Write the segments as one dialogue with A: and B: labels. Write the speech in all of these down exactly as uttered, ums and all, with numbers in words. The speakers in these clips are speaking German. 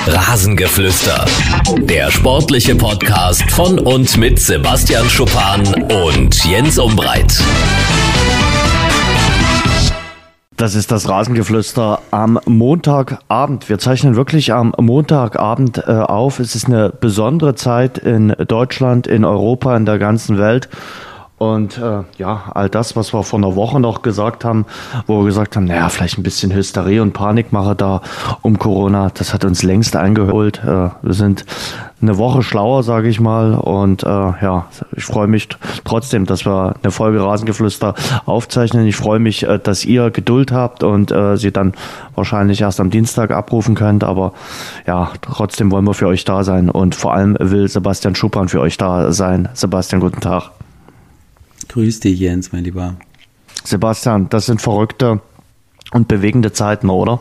A: Rasengeflüster, der sportliche Podcast von und mit Sebastian Schuppan und Jens Umbreit.
B: Das ist das Rasengeflüster am Montagabend. Wir zeichnen wirklich am Montagabend äh, auf. Es ist eine besondere Zeit in Deutschland, in Europa, in der ganzen Welt. Und äh, ja, all das, was wir vor einer Woche noch gesagt haben, wo wir gesagt haben, naja, vielleicht ein bisschen Hysterie und Panikmache da um Corona, das hat uns längst eingeholt. Äh, wir sind eine Woche schlauer, sage ich mal. Und äh, ja, ich freue mich trotzdem, dass wir eine Folge Rasengeflüster aufzeichnen. Ich freue mich, äh, dass ihr Geduld habt und äh, sie dann wahrscheinlich erst am Dienstag abrufen könnt. Aber ja, trotzdem wollen wir für euch da sein. Und vor allem will Sebastian Schuppan für euch da sein. Sebastian, guten Tag.
C: Grüß dich, Jens, mein Lieber.
B: Sebastian, das sind verrückte und bewegende Zeiten, oder?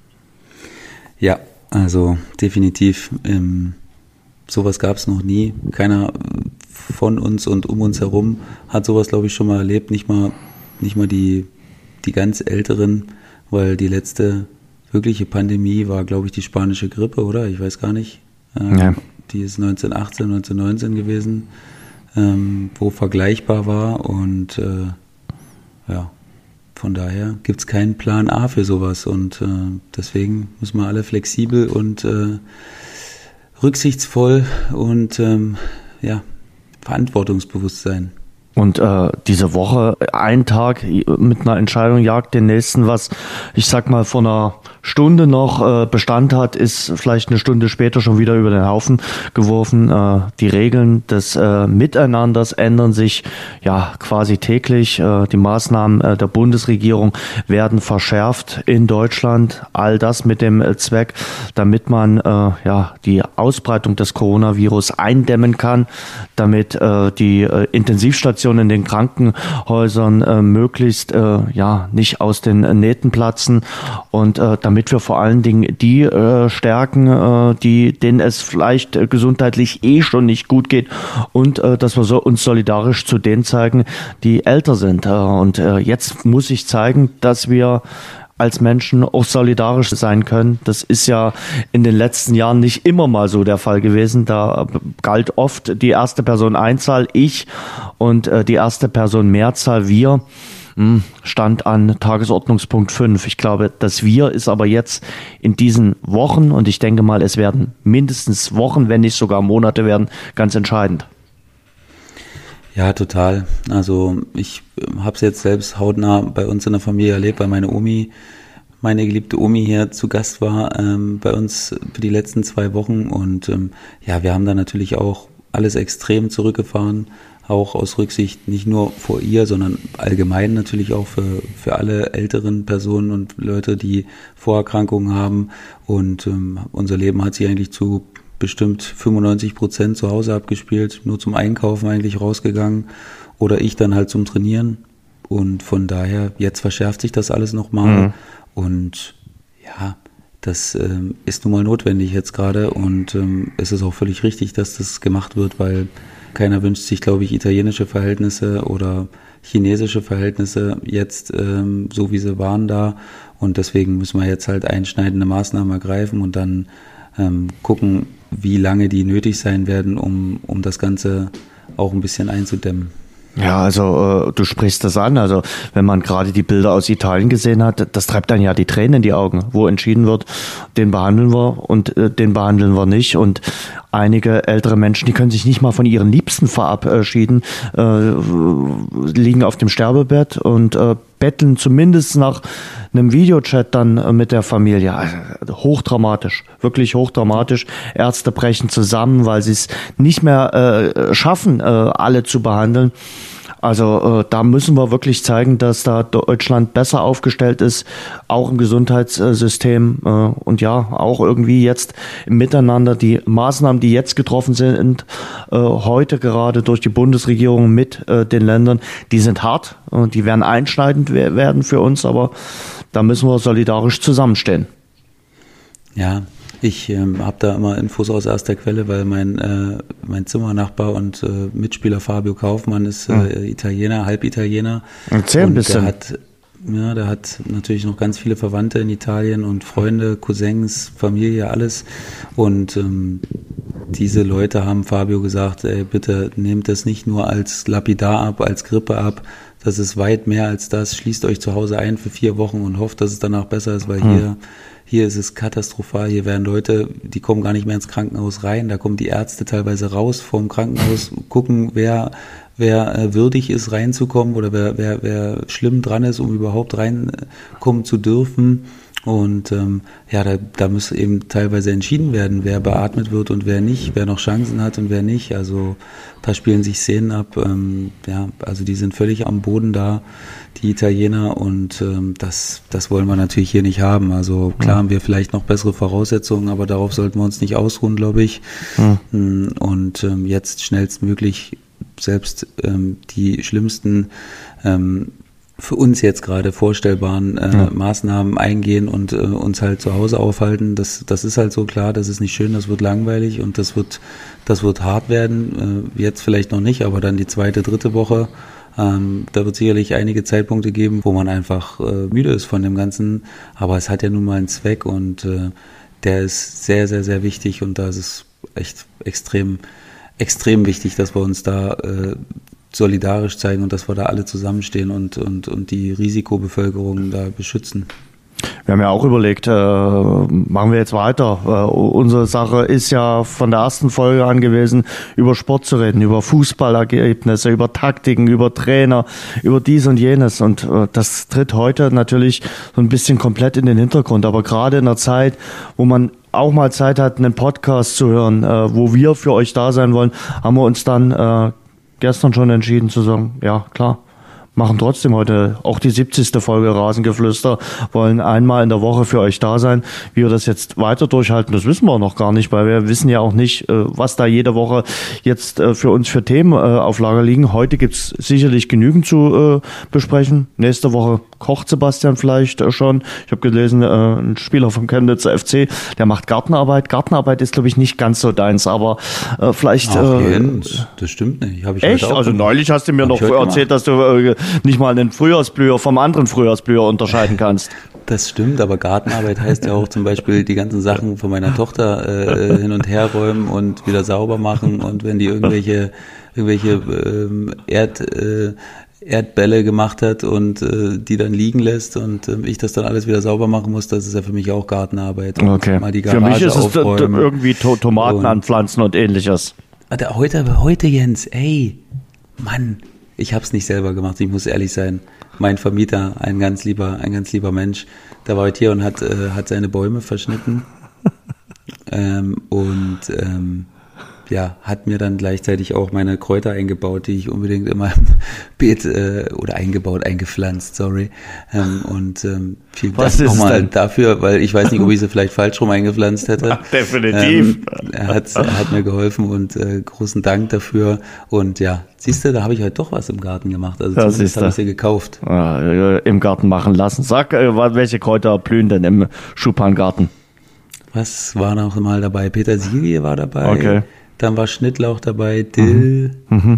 C: Ja, also definitiv. Ähm, sowas gab es noch nie. Keiner von uns und um uns herum hat sowas, glaube ich, schon mal erlebt. Nicht mal, nicht mal die, die ganz Älteren, weil die letzte wirkliche Pandemie war, glaube ich, die spanische Grippe, oder? Ich weiß gar nicht. Ähm, ja. Die ist neunzehnhundertachtzehn, neunzehnhundertneunzehn gewesen. Ähm, wo vergleichbar war und äh, ja, von daher gibt es keinen Plan A für sowas und äh, deswegen müssen wir alle flexibel und äh, rücksichtsvoll und ähm, ja, verantwortungsbewusst sein.
B: Und äh, diese Woche, ein Tag mit einer Entscheidung jagt den nächsten, was ich sag mal vor einer Stunde noch äh, Bestand hat, ist vielleicht eine Stunde später schon wieder über den Haufen geworfen. Äh, die Regeln des äh, Miteinanders ändern sich ja quasi täglich. Äh, die Maßnahmen äh, der Bundesregierung werden verschärft in Deutschland. All das mit dem äh, Zweck, damit man äh, ja die Ausbreitung des Coronavirus eindämmen kann, damit äh, die äh, Intensivstationen in den Krankenhäusern äh, möglichst äh, ja nicht aus den Nähten platzen und äh, damit wir vor allen Dingen die äh, stärken, äh, die denen es vielleicht äh, gesundheitlich eh schon nicht gut geht und äh, dass wir so uns solidarisch zu denen zeigen, die älter sind. Äh, und äh, jetzt muss ich zeigen, dass wir als Menschen auch solidarisch sein können. Das ist ja in den letzten Jahren nicht immer mal so der Fall gewesen. Da galt oft die erste Person Einzahl, ich, und äh, die erste Person Mehrzahl, wir, mh, stand an Tagesordnungspunkt fünf. Ich glaube, das Wir ist aber jetzt in diesen Wochen, und ich denke mal, es werden mindestens Wochen, wenn nicht sogar Monate werden, ganz entscheidend.
C: Ja, total. Also ich habe es jetzt selbst hautnah bei uns in der Familie erlebt, weil meine Omi, meine geliebte Omi hier zu Gast war ähm, bei uns für die letzten zwei Wochen und ähm, ja, wir haben da natürlich auch alles extrem zurückgefahren, auch aus Rücksicht nicht nur vor ihr, sondern allgemein natürlich auch für für alle älteren Personen und Leute, die Vorerkrankungen haben und ähm, unser Leben hat sich eigentlich zu bestimmt fünfundneunzig Prozent zu Hause abgespielt, nur zum Einkaufen eigentlich rausgegangen oder ich dann halt zum Trainieren und von daher, jetzt verschärft sich das alles nochmal mhm. und ja, das ähm, ist nun mal notwendig jetzt gerade und ähm, es ist auch völlig richtig, dass das gemacht wird, weil keiner wünscht sich, glaube ich, italienische Verhältnisse oder chinesische Verhältnisse jetzt ähm, so wie sie waren da und deswegen müssen wir jetzt halt einschneidende Maßnahmen ergreifen und dann ähm, gucken, wie lange die nötig sein werden, um, um das Ganze auch ein bisschen einzudämmen.
B: Ja, also äh, du sprichst das an, also wenn man gerade die Bilder aus Italien gesehen hat, das treibt dann ja die Tränen in die Augen, wo entschieden wird, den behandeln wir und äh, den behandeln wir nicht und einige ältere Menschen, die können sich nicht mal von ihren Liebsten verabschieden, äh, liegen auf dem Sterbebett und äh, betteln zumindest nach einem Videochat dann äh, mit der Familie. Also, hochdramatisch, wirklich hochdramatisch. Ärzte brechen zusammen, weil sie es nicht mehr äh, schaffen, äh, alle zu behandeln. Also äh, da müssen wir wirklich zeigen, dass da Deutschland besser aufgestellt ist, auch im Gesundheitssystem äh, und ja, auch irgendwie jetzt im Miteinander. Die Maßnahmen, die jetzt getroffen sind, äh, heute gerade durch die Bundesregierung mit äh, den Ländern, die sind hart und die werden einschneidend werden für uns, aber da müssen wir solidarisch zusammenstehen.
C: Ja, ich ähm, habe da immer Infos aus erster Quelle, weil mein äh, mein Zimmernachbar und äh, Mitspieler Fabio Kaufmann ist äh, Italiener, Halbitaliener.
B: Erzähl ein bisschen.
C: Der hat, Ja, der hat natürlich noch ganz viele Verwandte in Italien und Freunde, Cousins, Familie, alles. Und ähm, diese Leute haben Fabio gesagt, ey, bitte nehmt das nicht nur als lapidar ab, als Grippe ab. Das ist weit mehr als das. Schließt euch zu Hause ein für vier Wochen und hofft, dass es danach besser ist, weil hm. hier hier ist es katastrophal. Hier werden Leute, die kommen gar nicht mehr ins Krankenhaus rein. Da kommen die Ärzte teilweise raus vom Krankenhaus, gucken, wer wer äh, würdig ist, reinzukommen oder wer, wer, wer schlimm dran ist, um überhaupt reinkommen zu dürfen. Und ähm, ja, da, da muss eben teilweise entschieden werden, wer beatmet wird und wer nicht, wer noch Chancen hat und wer nicht. Also da spielen sich Szenen ab. Ähm, ja, also die sind völlig am Boden da, die Italiener. Und ähm, das, das wollen wir natürlich hier nicht haben. Also klar haben wir vielleicht noch bessere Voraussetzungen, aber darauf sollten wir uns nicht ausruhen, glaube ich. Mhm. Und ähm, jetzt schnellstmöglich selbst ähm, die schlimmsten ähm, für uns jetzt gerade vorstellbaren äh, ja. Maßnahmen eingehen und äh, uns halt zu Hause aufhalten. Das, das ist halt so klar, das ist nicht schön, das wird langweilig und das wird, das wird hart werden. Äh, jetzt vielleicht noch nicht, aber dann die zweite, dritte Woche. Ähm, da wird sicherlich einige Zeitpunkte geben, wo man einfach äh, müde ist von dem Ganzen. Aber es hat ja nun mal einen Zweck und äh, der ist sehr, sehr, sehr wichtig und da ist es echt extrem extrem wichtig, dass wir uns da äh, solidarisch zeigen und dass wir da alle zusammenstehen und, und, und die Risikobevölkerung da beschützen.
B: Wir haben ja auch überlegt, äh, machen wir jetzt weiter. Äh, unsere Sache ist ja von der ersten Folge an gewesen, über Sport zu reden, über Fußballergebnisse, über Taktiken, über Trainer, über dies und jenes. Und äh, das tritt heute natürlich so ein bisschen komplett in den Hintergrund. Aber gerade in einer Zeit, wo man auch mal Zeit hat, einen Podcast zu hören, äh, wo wir für euch da sein wollen, haben wir uns dann äh, gestern schon entschieden zu sagen, ja klar, machen trotzdem heute auch die siebzigste Folge Rasengeflüster, wollen einmal in der Woche für euch da sein. Wie wir das jetzt weiter durchhalten, das wissen wir noch gar nicht, weil wir wissen ja auch nicht, was da jede Woche jetzt für uns für Themen auf Lager liegen. Heute gibt's sicherlich genügend zu besprechen. Nächste Woche kocht Sebastian vielleicht schon. Ich habe gelesen, ein Spieler vom Chemnitzer F C, der macht Gartenarbeit. Gartenarbeit ist, glaube ich, nicht ganz so deins, aber vielleicht...
C: Ach, Jens, das stimmt nicht. Hab ich
B: echt? Also neulich hast du mir noch erzählt, dass du nicht mal einen Frühjahrsblüher vom anderen Frühjahrsblüher unterscheiden kannst.
C: Das stimmt, aber Gartenarbeit heißt ja auch zum Beispiel die ganzen Sachen von meiner Tochter äh, hin und her räumen und wieder sauber machen und wenn die irgendwelche irgendwelche ähm, Erd äh, Erdbälle gemacht hat und äh, die dann liegen lässt und äh, ich das dann alles wieder sauber machen muss, das ist ja für mich auch Gartenarbeit. Und
B: okay.
C: Mal die Garage
B: für mich ist es
C: aufräumen.
B: irgendwie to- Tomaten und, anpflanzen und ähnliches.
C: Heute, heute Jens, ey, Mann, ich hab's nicht selber gemacht, ich muss ehrlich sein. Mein Vermieter, ein ganz lieber, ein ganz lieber Mensch, der war heute hier und hat, äh, hat seine Bäume verschnitten ähm, und ähm, ja, hat mir dann gleichzeitig auch meine Kräuter eingebaut, die ich unbedingt in meinem Beet äh, oder eingebaut, eingepflanzt, sorry. Ähm, und ähm, vielen
B: Was
C: Dank nochmal
B: denn?
C: dafür, weil ich weiß nicht, ob ich sie vielleicht falsch rum eingepflanzt hätte.
B: Ach, definitiv.
C: Ähm, er hat, er hat mir geholfen und äh, großen Dank dafür. Und ja, siehst du, da habe ich heute doch was im Garten gemacht. Also
B: Ja,
C: zumindest habe ich
B: siehste.
C: sie gekauft.
B: Ah, äh, im Garten machen lassen. Sag, äh, welche Kräuter blühen denn im Schupan-Garten?
C: Was war noch mal dabei? Petersilie war dabei.
B: Okay.
C: Dann war Schnittlauch dabei, Dill
B: Mhm.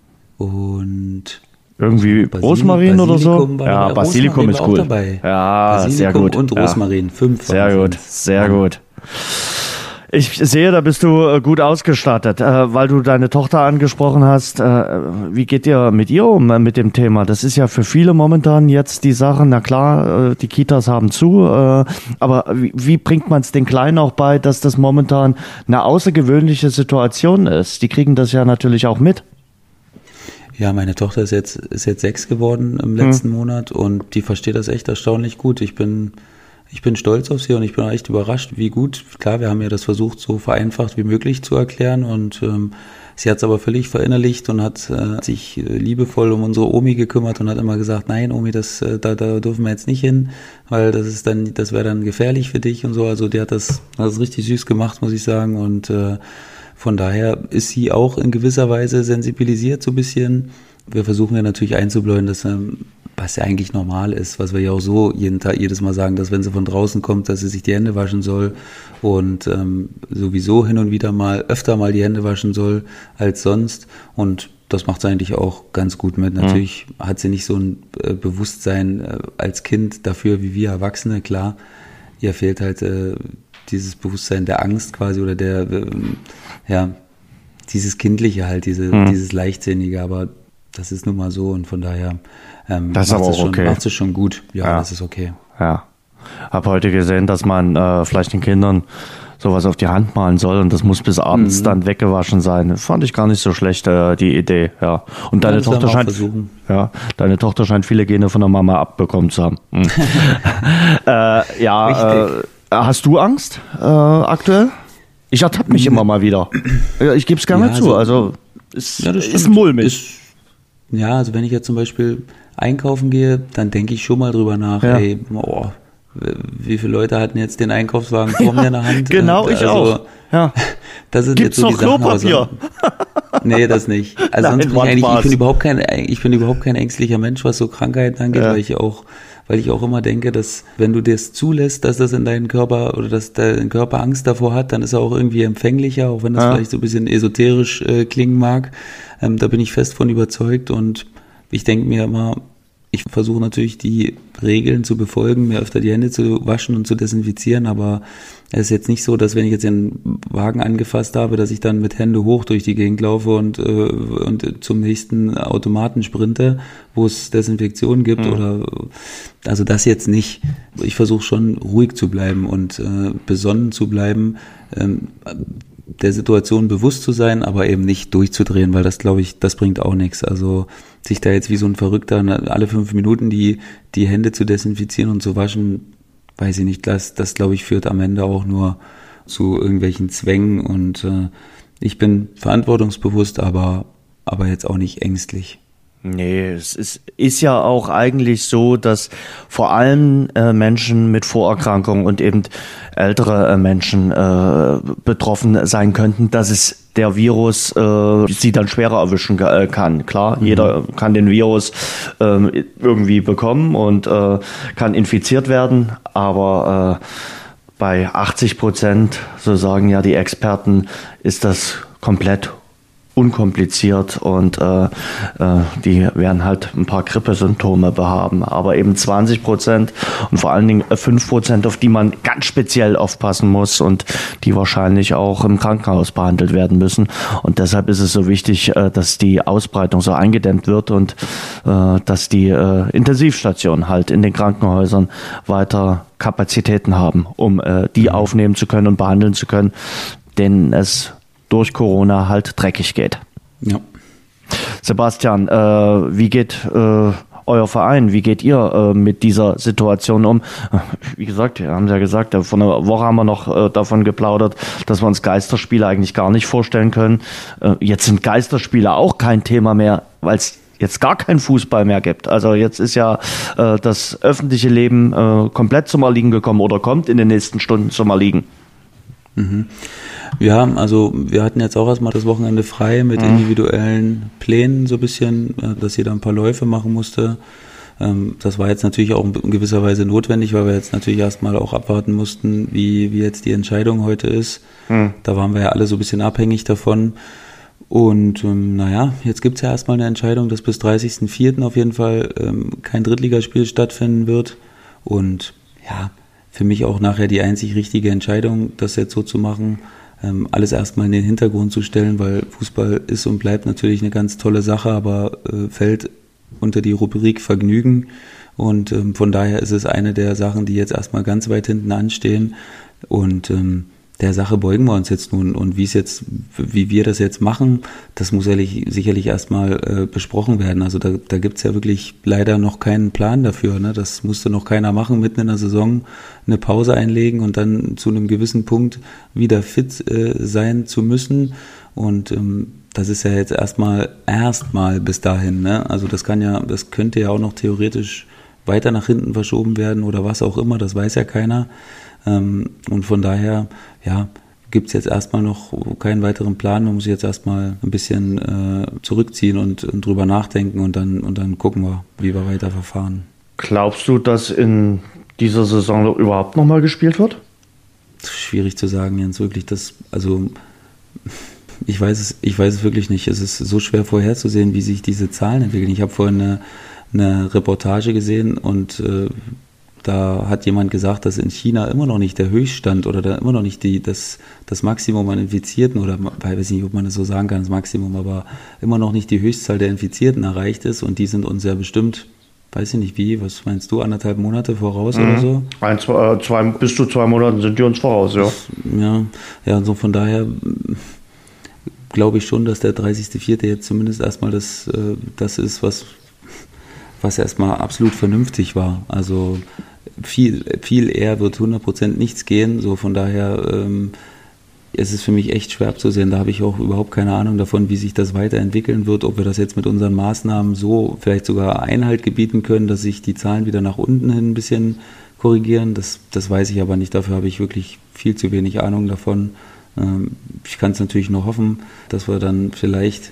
C: und
B: Irgendwie
C: Basili-
B: Rosmarin oder so?
C: Basilikum war
B: Ja,
C: dabei.
B: Basilikum
C: Rosmarin
B: ist
C: war auch
B: cool.
C: dabei.
B: Ja,
C: Basilikum
B: sehr gut.
C: und
B: Ja.
C: Rosmarin, fünf.
B: Sehr
C: waren
B: gut,
C: es.
B: sehr
C: Ja.
B: gut. Ich sehe, da bist du äh, gut ausgestattet, äh, weil du deine Tochter angesprochen hast. Äh, wie geht ihr mit ihr um, äh, mit dem Thema? Das ist ja für viele momentan jetzt die Sache. Na klar, äh, die Kitas haben zu, äh, aber wie, wie bringt man es den Kleinen auch bei, dass das momentan eine außergewöhnliche Situation ist? Die kriegen das ja natürlich auch mit.
C: Ja, meine Tochter ist jetzt, ist jetzt sechs geworden im letzten hm. Monat und die versteht das echt erstaunlich gut. Ich bin, ich bin stolz auf sie und ich bin echt überrascht, wie gut. Klar, wir haben ja das versucht, so vereinfacht wie möglich zu erklären und ähm, sie hat es aber völlig verinnerlicht und hat äh, sich äh, liebevoll um unsere Omi gekümmert und hat immer gesagt, nein, Omi, das, äh, da, da dürfen wir jetzt nicht hin, weil das ist dann, das wäre dann gefährlich für dich und so. Also die hat das, hat das richtig süß gemacht, muss ich sagen und äh, von daher ist sie auch in gewisser Weise sensibilisiert so ein bisschen. Wir versuchen ja natürlich einzubläuen, dass ähm, was ja eigentlich normal ist, was wir ja auch so jeden Tag, jedes Mal sagen, dass wenn sie von draußen kommt, dass sie sich die Hände waschen soll und ähm, sowieso hin und wieder mal, öfter mal die Hände waschen soll als sonst. Und das macht sie eigentlich auch ganz gut mit. Natürlich mhm. hat sie nicht so ein äh, Bewusstsein äh, als Kind dafür wie wir Erwachsene, klar. Ihr fehlt halt äh, dieses Bewusstsein der Angst quasi oder der, äh, ja, dieses Kindliche halt, diese, mhm. dieses Leichtsinnige, aber das ist nun mal so und von daher ähm,
B: das ist aber auch
C: schon,
B: okay.
C: macht es schon gut. Ja,
B: ja,
C: das ist okay.
B: Ja. Hab heute gesehen, dass man äh, vielleicht den Kindern sowas auf die Hand malen soll und das muss bis abends mhm. dann weggewaschen sein. Fand ich gar nicht so schlecht, äh, die Idee, ja. Und deine ja, Tochter scheint, ja, deine Tochter scheint viele Gene von der Mama abbekommen zu haben. Hm. äh, ja, äh, hast du Angst äh, aktuell? Ich ertappe mich immer mal wieder. Ich gebe es gerne ja, zu. Also es
C: ja,
B: ist mulmig. Ist,
C: ja, also wenn ich jetzt zum Beispiel einkaufen gehe, dann denke ich schon mal drüber nach, ja. ey, oh, wie viele Leute hatten jetzt den Einkaufswagen vor mir in der Hand?
B: Genau, ich also, auch. Ja.
C: Das sind
B: Gibt's
C: jetzt so
B: noch
C: die Sachen,
B: Klopapier?
C: Nee, das nicht. Also
B: Nein,
C: sonst bin ich, eigentlich, ich bin überhaupt kein, ich bin überhaupt kein ängstlicher Mensch, was so Krankheiten angeht, ja. weil ich auch, weil ich auch immer denke, dass wenn du das zulässt, dass das in deinen Körper oder dass dein Körper Angst davor hat, dann ist er auch irgendwie empfänglicher, auch wenn das ja. vielleicht so ein bisschen esoterisch äh, klingen mag. Ähm, da bin ich fest von überzeugt und ich denke mir immer, ich versuche natürlich die Regeln zu befolgen, mir öfter die Hände zu waschen und zu desinfizieren, aber es ist jetzt nicht so, dass wenn ich jetzt den Wagen angefasst habe, dass ich dann mit Hände hoch durch die Gegend laufe und, äh, und zum nächsten Automaten sprinte, wo es Desinfektion gibt mhm. oder also das jetzt nicht. Ich versuche schon ruhig zu bleiben und äh, besonnen zu bleiben, ähm, der Situation bewusst zu sein, aber eben nicht durchzudrehen, weil das, glaube ich, das bringt auch nichts. Also sich da jetzt wie so ein Verrückter alle fünf Minuten die die Hände zu desinfizieren und zu waschen, weiß ich nicht, das, das glaube ich, führt am Ende auch nur zu irgendwelchen Zwängen und äh, ich bin verantwortungsbewusst, aber, aber jetzt auch nicht ängstlich.
B: Nee, es ist, ist ja auch eigentlich so, dass vor allem äh, Menschen mit Vorerkrankungen und eben ältere äh, Menschen äh, betroffen sein könnten, dass es der Virus äh, sie dann schwerer erwischen äh, kann. Klar, mhm. jeder kann den Virus äh, irgendwie bekommen und äh, kann infiziert werden, aber äh, bei achtzig Prozent, so sagen ja die Experten, ist das komplett unkompliziert und äh, äh, die werden halt ein paar Grippesymptome behaben, aber eben zwanzig Prozent und vor allen Dingen fünf Prozent, auf die man ganz speziell aufpassen muss und die wahrscheinlich auch im Krankenhaus behandelt werden müssen und deshalb ist es so wichtig, äh, dass die Ausbreitung so eingedämmt wird und äh, dass die äh, Intensivstationen halt in den Krankenhäusern weiter Kapazitäten haben, um äh, die aufnehmen zu können und behandeln zu können, denn es durch Corona halt dreckig geht.
C: Ja.
B: Sebastian, äh, wie geht äh, euer Verein, wie geht ihr äh, mit dieser Situation um? Wie gesagt, wir haben es ja gesagt, vor einer Woche haben wir noch äh, davon geplaudert, dass wir uns Geisterspiele eigentlich gar nicht vorstellen können. Äh, jetzt sind Geisterspiele auch kein Thema mehr, weil es jetzt gar keinen Fußball mehr gibt. Also jetzt ist ja äh, das öffentliche Leben äh, komplett zum Erliegen gekommen oder kommt in den nächsten Stunden zum Erliegen.
C: Mhm. Ja, also wir hatten jetzt auch erstmal das Wochenende frei mit mhm. individuellen Plänen so ein bisschen, dass jeder ein paar Läufe machen musste. Das war jetzt natürlich auch in gewisser Weise notwendig, weil wir jetzt natürlich erstmal auch abwarten mussten, wie, wie jetzt die Entscheidung heute ist. Mhm. Da waren wir ja alle so ein bisschen abhängig davon. Und ähm, naja, jetzt gibt's ja erstmal eine Entscheidung, dass bis dreißigsten vierten auf jeden Fall ähm, kein Drittligaspiel stattfinden wird. Und ja, für mich auch nachher die einzig richtige Entscheidung, das jetzt so zu machen, ähm, alles erstmal in den Hintergrund zu stellen, weil Fußball ist und bleibt natürlich eine ganz tolle Sache, aber äh, fällt unter die Rubrik Vergnügen und ähm, von daher ist es eine der Sachen, die jetzt erstmal ganz weit hinten anstehen und ähm, der Sache beugen wir uns jetzt nun und wie es jetzt, wie wir das jetzt machen, das muss ehrlich, sicherlich erstmal äh, besprochen werden. Also da, da gibt's ja wirklich leider noch keinen Plan dafür. Ne? Das musste noch keiner machen, mitten in der Saison eine Pause einlegen und dann zu einem gewissen Punkt wieder fit äh, sein zu müssen. Und ähm, das ist ja jetzt erstmal erstmal bis dahin. Ne? Also das kann ja, das könnte ja auch noch theoretisch weiter nach hinten verschoben werden oder was auch immer. Das weiß ja keiner. Und von daher, ja, gibt es jetzt erstmal noch keinen weiteren Plan. Man muss jetzt erstmal ein bisschen äh, zurückziehen und, und drüber nachdenken und dann, und dann gucken wir, wie wir weiter verfahren.
B: Glaubst du, dass in dieser Saison überhaupt nochmal gespielt wird?
C: Schwierig zu sagen, Jens, wirklich. Das, also Ich weiß es, ich weiß es wirklich nicht. Es ist so schwer vorherzusehen, wie sich diese Zahlen entwickeln. Ich habe vorhin eine, eine Reportage gesehen und äh, da hat jemand gesagt, dass in China immer noch nicht der Höchststand oder da immer noch nicht die, das, das Maximum an Infizierten oder ich weiß nicht, ob man das so sagen kann, das Maximum, aber immer noch nicht die Höchstzahl der Infizierten erreicht ist und die sind uns ja bestimmt, weiß ich nicht wie, was meinst du, anderthalb Monate voraus mhm. oder so?
B: Ein, zwei, zwei, bis zu zwei Monaten sind die uns voraus, ja.
C: Ja, ja, und so von daher glaube ich schon, dass der dreißigster vierte jetzt zumindest erstmal das, das ist, was, was erstmal absolut vernünftig war. Also viel, viel eher wird hundert Prozent nichts gehen. So von daher ähm, ist es für mich echt schwer abzusehen. Da habe ich auch überhaupt keine Ahnung davon, wie sich das weiterentwickeln wird, ob wir das jetzt mit unseren Maßnahmen so vielleicht sogar Einhalt gebieten können, dass sich die Zahlen wieder nach unten hin ein bisschen korrigieren. Das, das weiß ich aber nicht. Dafür habe ich wirklich viel zu wenig Ahnung davon. Ähm, ich kann es natürlich nur hoffen, dass wir dann vielleicht,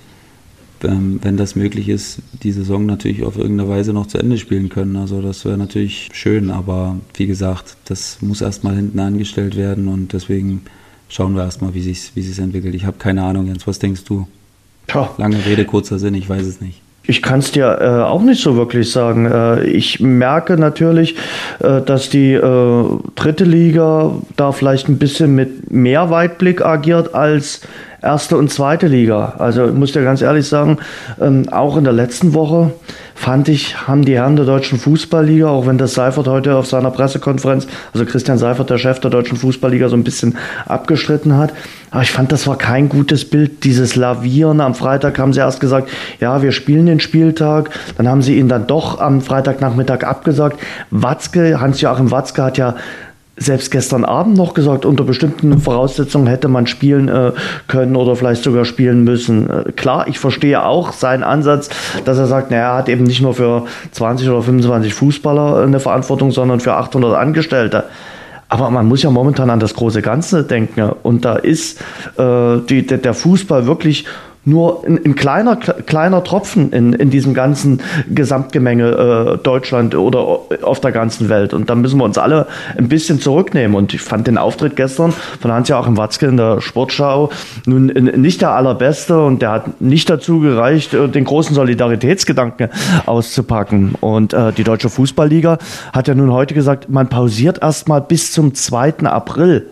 C: ähm, wenn das möglich ist, die Saison natürlich auf irgendeine Weise noch zu Ende spielen können. Also das wäre natürlich schön, aber wie gesagt, das muss erstmal hinten angestellt werden und deswegen schauen wir erstmal, wie sich wie sich's entwickelt. Ich habe keine Ahnung, Jens, was denkst du?
B: Tja.
C: Lange Rede, kurzer Sinn, ich weiß es nicht.
B: Ich kann es dir äh, auch nicht so wirklich sagen. Äh, ich merke natürlich, äh, dass die äh, dritte Liga da vielleicht ein bisschen mit mehr Weitblick agiert als erste und zweite Liga. Also ich muss dir ganz ehrlich sagen, ähm, auch in der letzten Woche fand ich, haben die Herren der Deutschen Fußballliga, auch wenn das Seifert heute auf seiner Pressekonferenz, also Christian Seifert, der Chef der Deutschen Fußballliga, so ein bisschen abgestritten hat, aber ich fand, das war kein gutes Bild, dieses Lavieren. Am Freitag haben sie erst gesagt, ja, wir spielen den Spieltag, dann haben sie ihn dann doch am Freitagnachmittag abgesagt. Watzke, Hans-Joachim Watzke hat ja selbst gestern Abend noch gesagt, unter bestimmten Voraussetzungen hätte man spielen äh, können oder vielleicht sogar spielen müssen. Äh, klar, ich verstehe auch seinen Ansatz, dass er sagt, naja, er hat eben nicht nur für zwanzig oder fünfundzwanzig Fußballer eine Verantwortung, sondern für achthundert Angestellte. Aber man muss ja momentan an das große Ganze denken. Und da ist äh, die, der Fußball wirklich nur ein, ein kleiner, kleiner Tropfen in, in diesem ganzen Gesamtgemenge äh, Deutschland oder auf der ganzen Welt. Und da müssen wir uns alle ein bisschen zurücknehmen. Und ich fand den Auftritt gestern von Hans-Joachim Watzke in der Sportschau nun nicht der allerbeste. Und der hat nicht dazu gereicht, den großen Solidaritätsgedanken auszupacken. Und äh, die Deutsche Fußballliga hat ja nun heute gesagt, man pausiert erstmal bis zum zweiten April.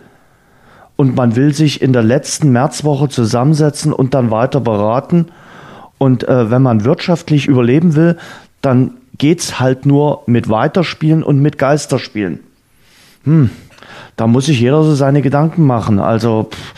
B: Und man will sich in der letzten Märzwoche zusammensetzen und dann weiter beraten. Und äh, wenn man wirtschaftlich überleben will, dann geht's halt nur mit Weiterspielen und mit Geisterspielen. Hm, da muss sich jeder so seine Gedanken machen. Also pff,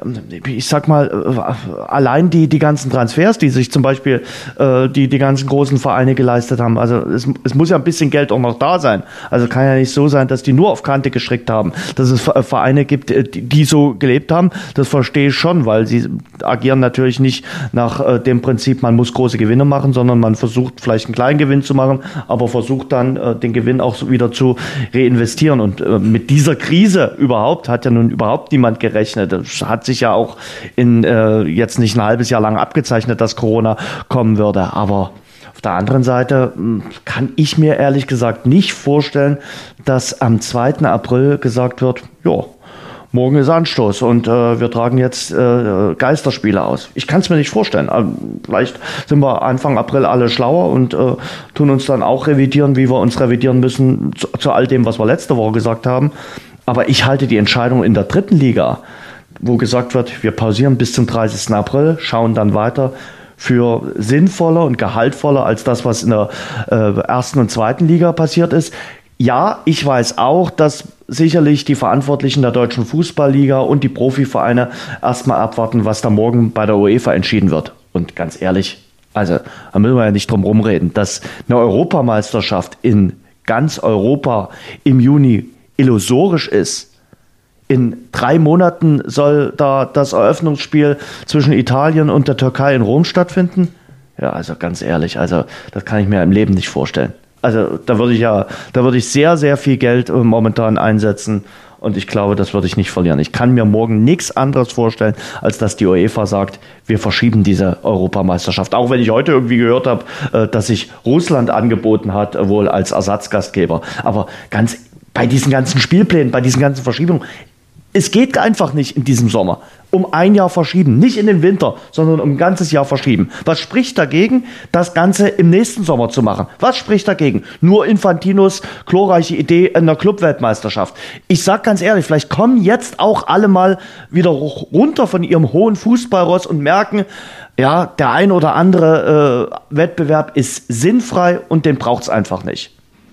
B: ich sag mal, allein die, die ganzen Transfers, die sich zum Beispiel äh, die, die ganzen großen Vereine geleistet haben, also es, es muss ja ein bisschen Geld auch noch da sein. Also kann ja nicht so sein, dass die nur auf Kante gestrickt haben. Dass es Vereine gibt, die, die so gelebt haben, das verstehe ich schon, weil sie agieren natürlich nicht nach äh, dem Prinzip, man muss große Gewinne machen, sondern man versucht vielleicht einen kleinen Gewinn zu machen, aber versucht dann äh, den Gewinn auch wieder zu reinvestieren. Und äh, mit dieser Krise überhaupt hat ja nun überhaupt niemand gerechnet. Das hat sich ja auch in äh, jetzt nicht ein halbes Jahr lang abgezeichnet, dass Corona kommen würde. Aber auf der anderen Seite mh, kann ich mir ehrlich gesagt nicht vorstellen, dass am zweiten April gesagt wird, ja, morgen ist Anstoß und äh, wir tragen jetzt äh, Geisterspiele aus. Ich kann es mir nicht vorstellen. Aber vielleicht sind wir Anfang April alle schlauer und äh, tun uns dann auch revidieren, wie wir uns revidieren müssen zu, zu all dem, was wir letzte Woche gesagt haben. Aber ich halte die Entscheidung in der dritten Liga, wo gesagt wird, wir pausieren bis zum dreißigsten April, schauen dann weiter, für sinnvoller und gehaltvoller als das, was in der äh, ersten und zweiten Liga passiert ist. Ja, ich weiß auch, dass sicherlich die Verantwortlichen der Deutschen Fußballliga und die Profivereine erstmal abwarten, was da morgen bei der UEFA entschieden wird. Und ganz ehrlich, also da müssen wir ja nicht drum rumreden, dass eine Europameisterschaft in ganz Europa im Juni illusorisch ist. In drei Monaten soll da das Eröffnungsspiel zwischen Italien und der Türkei in Rom stattfinden. Ja, also ganz ehrlich, also das kann ich mir im Leben nicht vorstellen. Also da würde ich ja, da würde ich sehr, sehr viel Geld momentan einsetzen und ich glaube, das würde ich nicht verlieren. Ich kann mir morgen nichts anderes vorstellen, als dass die UEFA sagt, wir verschieben diese Europameisterschaft. Auch wenn ich heute irgendwie gehört habe, dass sich Russland angeboten hat, wohl als Ersatzgastgeber. Aber ganz bei diesen ganzen Spielplänen, bei diesen ganzen Verschiebungen, es geht einfach nicht in diesem Sommer. um ein Jahr verschieben. Nicht in den Winter, sondern um ein ganzes Jahr verschieben. Was spricht dagegen, das Ganze im nächsten Sommer zu machen? Was spricht dagegen? Nur Infantinos glorreiche Idee in der Clubweltmeisterschaft. Ich sag ganz ehrlich, vielleicht kommen jetzt auch alle mal wieder runter von ihrem hohen Fußballross und merken, ja, der ein oder andere äh, Wettbewerb ist sinnfrei und den braucht's einfach nicht.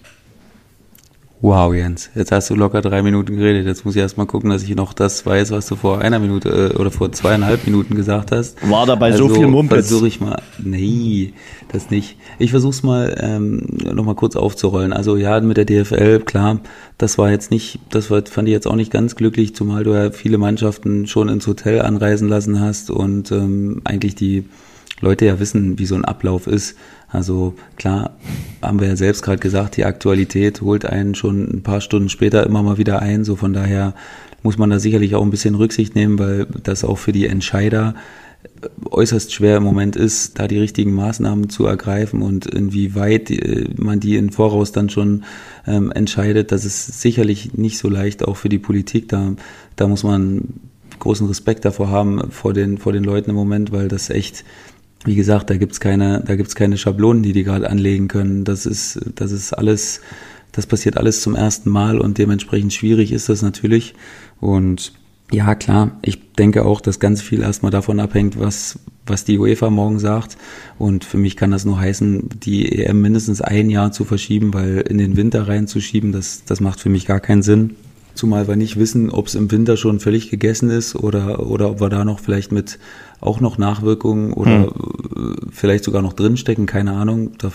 C: Wow, Jens, jetzt hast du locker drei Minuten geredet. Jetzt muss ich erst mal gucken, dass ich noch das weiß, was du vor einer Minute äh, oder vor zweieinhalb Minuten gesagt hast.
B: War dabei
C: also
B: so viel Mumpitz?
C: Versuche ich mal, nee, das nicht. Ich versuch's mal ähm, noch mal kurz aufzurollen. Also ja, mit der D F L, klar, das war jetzt nicht, das war, fand ich jetzt auch nicht ganz glücklich, zumal du ja viele Mannschaften schon ins Hotel anreisen lassen hast und ähm, eigentlich die Leute ja wissen, wie so ein Ablauf ist. Also klar, haben wir ja selbst gerade gesagt, die Aktualität holt einen schon ein paar Stunden später immer mal wieder ein. So von daher muss man da sicherlich auch ein bisschen Rücksicht nehmen, weil das auch für die Entscheider äußerst schwer im Moment ist, da die richtigen Maßnahmen zu ergreifen und inwieweit man die im Voraus dann schon ähm, entscheidet. Das ist sicherlich nicht so leicht, auch für die Politik. Da, da muss man großen Respekt davor haben, vor den, vor den Leuten im Moment, weil das echt, wie gesagt, da gibt's keine, da gibt's keine Schablonen, die die gerade anlegen können. Das ist, das ist alles, das passiert alles zum ersten Mal und dementsprechend schwierig ist das natürlich. Und ja, klar, ich denke auch, dass ganz viel erstmal davon abhängt, was, was die UEFA morgen sagt. Und für mich kann das nur heißen, die E M mindestens ein Jahr zu verschieben, weil in den Winter reinzuschieben, das, das macht für mich gar keinen Sinn. Zumal wir nicht wissen, ob es im Winter schon völlig gegessen ist oder, oder ob wir da noch vielleicht mit auch noch Nachwirkungen oder hm. vielleicht sogar noch drinstecken, keine Ahnung. Da,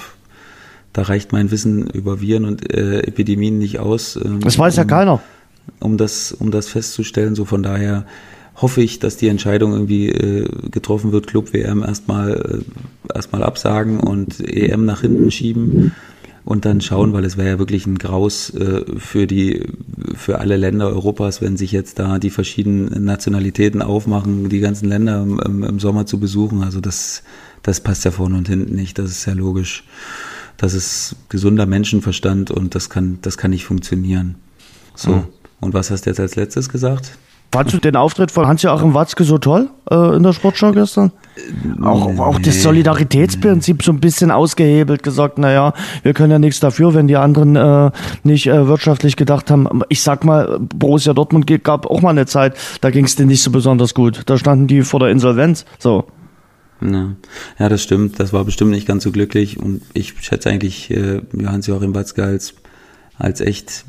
C: da reicht mein Wissen über Viren und äh, Epidemien nicht aus. Ähm,
B: das weiß ja
C: um,
B: keiner.
C: Um das, um das festzustellen. So von daher hoffe ich, dass die Entscheidung irgendwie äh, getroffen wird, Club-W M erstmal äh, erstmal absagen und E M nach hinten schieben. Und dann schauen, weil es wäre ja wirklich ein Graus äh, für die, für alle Länder Europas, wenn sich jetzt da die verschiedenen Nationalitäten aufmachen, die ganzen Länder im, im, im Sommer zu besuchen. Also das, das passt ja vorne und hinten nicht. Das ist ja logisch. Das ist gesunder Menschenverstand und das kann, das kann nicht funktionieren. So. Mhm. Und was hast du jetzt als letztes gesagt?
B: Fandst du den Auftritt von Hans-Joachim Watzke so toll äh, in der Sportschau gestern? Auch, nee, auch das Solidaritätsprinzip so ein bisschen ausgehebelt, gesagt, naja, wir können ja nichts dafür, wenn die anderen äh, nicht äh, wirtschaftlich gedacht haben. Ich sag mal, Borussia Dortmund gab auch mal eine Zeit, da ging es denen nicht so besonders gut. Da standen die vor der Insolvenz. So.
C: Ja. ja, das stimmt. Das war bestimmt nicht ganz so glücklich. Und ich schätze eigentlich äh, Hans-Joachim Watzke als, als echt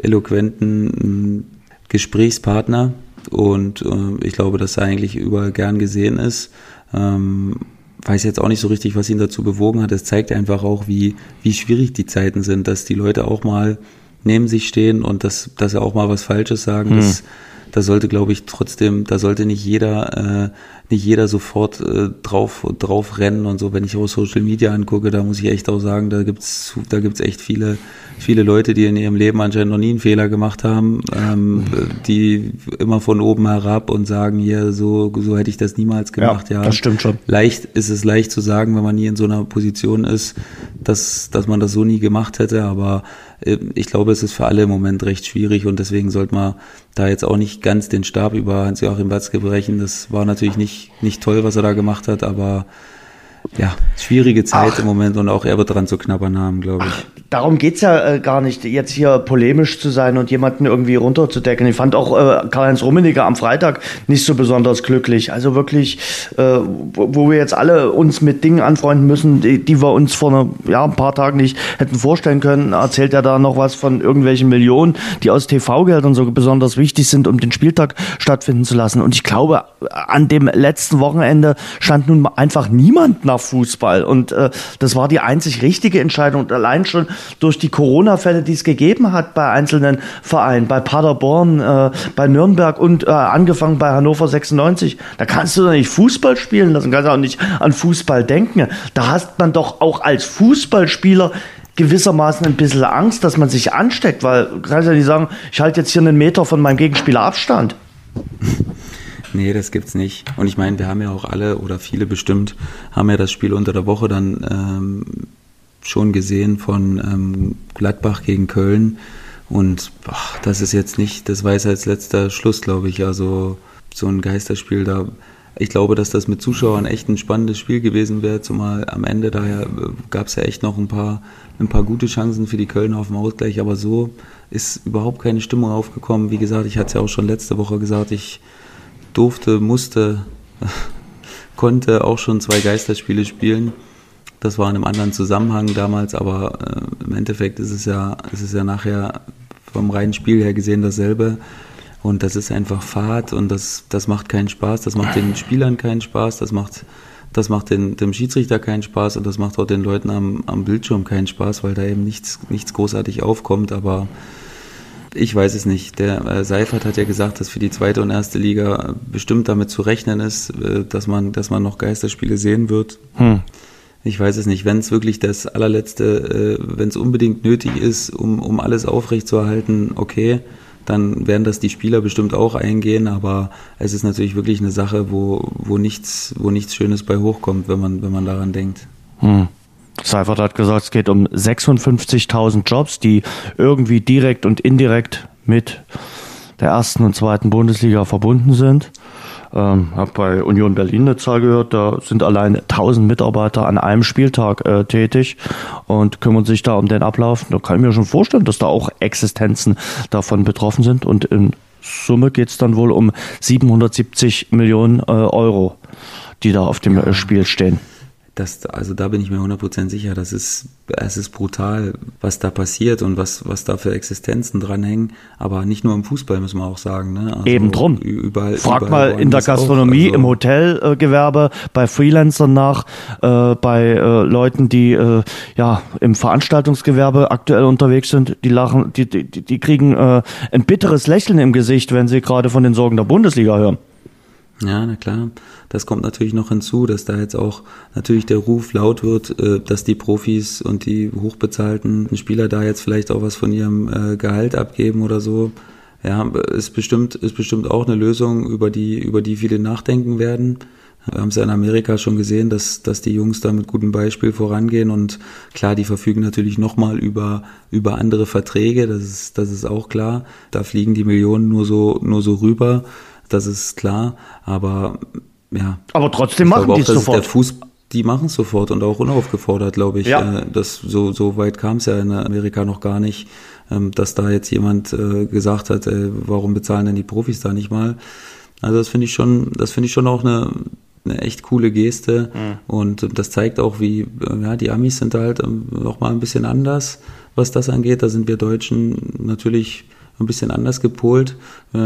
C: eloquenten Gesprächspartner. Und äh, ich glaube, dass er eigentlich überall gern gesehen ist. Ähm, weiß jetzt auch nicht so richtig, was ihn dazu bewogen hat. Es zeigt einfach auch, wie, wie schwierig die Zeiten sind, dass die Leute auch mal neben sich stehen und dass, dass sie auch mal was Falsches sagen. Hm. Das, da sollte, glaube ich, trotzdem, da sollte nicht jeder, äh, nicht jeder sofort äh, drauf, drauf rennen und so. Wenn ich auch Social Media angucke, da muss ich echt auch sagen, da gibt's, da gibt's echt viele, viele Leute, die in ihrem Leben anscheinend noch nie einen Fehler gemacht haben, ähm, die immer von oben herab und sagen, hier, so, so hätte ich das niemals gemacht.
B: Ja,
C: ja,
B: das stimmt schon.
C: Leicht ist es leicht zu sagen, wenn man nie in so einer Position ist, dass, dass man das so nie gemacht hätte, aber äh, ich glaube, es ist für alle im Moment recht schwierig und deswegen sollte man da jetzt auch nicht ganz den Stab über Hans-Joachim Watzke brechen. Das war natürlich nicht, nicht toll, was er da gemacht hat, aber ja, schwierige Zeit Ach. im Moment und auch er wird dran zu knabbern haben, glaube ich.
B: Ach, darum geht's ja äh, gar nicht, jetzt hier polemisch zu sein und jemanden irgendwie runterzudecken. Ich fand auch äh, Karl-Heinz Rummenigge am Freitag nicht so besonders glücklich. Also wirklich, äh, wo, wo wir jetzt alle uns mit Dingen anfreunden müssen, die, die wir uns vor einer, ja, ein paar Tagen nicht hätten vorstellen können, erzählt er da noch was von irgendwelchen Millionen, die aus T V-Geldern so besonders wichtig sind, um den Spieltag stattfinden zu lassen. Und ich glaube, an dem letzten Wochenende stand nun einfach niemand nach Fußball. Und äh, das war die einzig richtige Entscheidung. Und allein schon durch die Corona-Fälle, die es gegeben hat bei einzelnen Vereinen, bei Paderborn, äh, bei Nürnberg und äh, angefangen bei Hannover sechsundneunzig, da kannst du doch nicht Fußball spielen lassen, kannst auch nicht an Fußball denken. Da hast man doch auch als Fußballspieler gewissermaßen ein bisschen Angst, dass man sich ansteckt, weil du kannst ja nicht sagen, ich halte jetzt hier einen Meter von meinem Gegenspieler Abstand.
C: Nee, das gibt's nicht. Und ich meine, wir haben ja auch alle oder viele bestimmt, haben ja das Spiel unter der Woche dann ähm, schon gesehen von ähm, Gladbach gegen Köln. Und ach, das ist jetzt nicht, das war jetzt als letzter Schluss, glaube ich. Also so ein Geisterspiel, da ich glaube, dass das mit Zuschauern echt ein spannendes Spiel gewesen wäre, zumal am Ende daher gab es ja echt noch ein paar, ein paar gute Chancen für die Kölner auf dem Ausgleich, aber so ist überhaupt keine Stimmung aufgekommen. Wie gesagt, ich hatte es ja auch schon letzte Woche gesagt, ich durfte, musste, konnte auch schon zwei Geisterspiele spielen. Das war in einem anderen Zusammenhang damals, aber äh, im Endeffekt ist es ja, ist es ja nachher vom reinen Spiel her gesehen dasselbe. Und das ist einfach Fahrt und das, das macht keinen Spaß, das macht den Spielern keinen Spaß, das macht, das macht den, dem Schiedsrichter keinen Spaß und das macht auch den Leuten am, am Bildschirm keinen Spaß, weil da eben nichts, nichts großartig aufkommt, aber ich weiß es nicht. Der äh, Seifert hat ja gesagt, dass für die zweite und erste Liga bestimmt damit zu rechnen ist, äh, dass man, dass man noch Geisterspiele sehen wird. Hm. Ich weiß es nicht, wenn es wirklich das allerletzte, äh, wenn es unbedingt nötig ist, um, um alles aufrechtzuerhalten, okay, dann werden das die Spieler bestimmt auch eingehen, aber es ist natürlich wirklich eine Sache, wo, wo nichts, wo nichts Schönes bei hochkommt, wenn man, wenn man daran denkt.
B: Hm. Seifert hat gesagt, es geht um sechsundfünfzigtausend Jobs, die irgendwie direkt und indirekt mit der ersten und zweiten Bundesliga verbunden sind. Ähm, habe bei Union Berlin eine Zahl gehört, da sind allein tausend Mitarbeiter an einem Spieltag äh, tätig und kümmern sich da um den Ablauf. Da kann ich mir schon vorstellen, dass da auch Existenzen davon betroffen sind und in Summe geht es dann wohl um siebenhundertsiebzig Millionen äh, Euro, die da auf dem ja. Spiel stehen.
C: Das, also da bin ich mir hundert Prozent sicher, das ist, es ist brutal, was da passiert und was, was da für Existenzen dranhängen, aber nicht nur im Fußball, müssen wir auch sagen. Ne? Also
B: eben drum.
C: Überall,
B: Frag
C: überall
B: mal in der Gastronomie, also im Hotelgewerbe, äh, bei Freelancern nach, äh, bei äh, Leuten, die äh, ja im Veranstaltungsgewerbe aktuell unterwegs sind, die lachen, die, die, die kriegen äh, ein bitteres Lächeln im Gesicht, wenn sie gerade von den Sorgen der Bundesliga hören.
C: Ja, na klar. Das kommt natürlich noch hinzu, dass da jetzt auch natürlich der Ruf laut wird, dass die Profis und die hochbezahlten Spieler da jetzt vielleicht auch was von ihrem Gehalt abgeben oder so. Ja, ist bestimmt, ist bestimmt auch eine Lösung, über die, über die viele nachdenken werden. Wir haben es ja in Amerika schon gesehen, dass, dass die Jungs da mit gutem Beispiel vorangehen und klar, die verfügen natürlich nochmal über, über andere Verträge, das ist, das ist auch klar. Da fliegen die Millionen nur so, nur so rüber. Das ist klar, aber ja.
B: Aber trotzdem machen die es sofort.
C: Der Fuß, die machen es sofort und auch unaufgefordert, glaube ich.
B: Ja.
C: Das, so, so weit kam es ja in Amerika noch gar nicht, dass da jetzt jemand gesagt hat, warum bezahlen denn die Profis da nicht mal? Also das finde ich schon, das finde ich schon auch eine, eine echt coole Geste mhm. und das zeigt auch, wie, ja, die Amis sind halt noch mal ein bisschen anders, was das angeht. Da sind wir Deutschen natürlich ein bisschen anders gepolt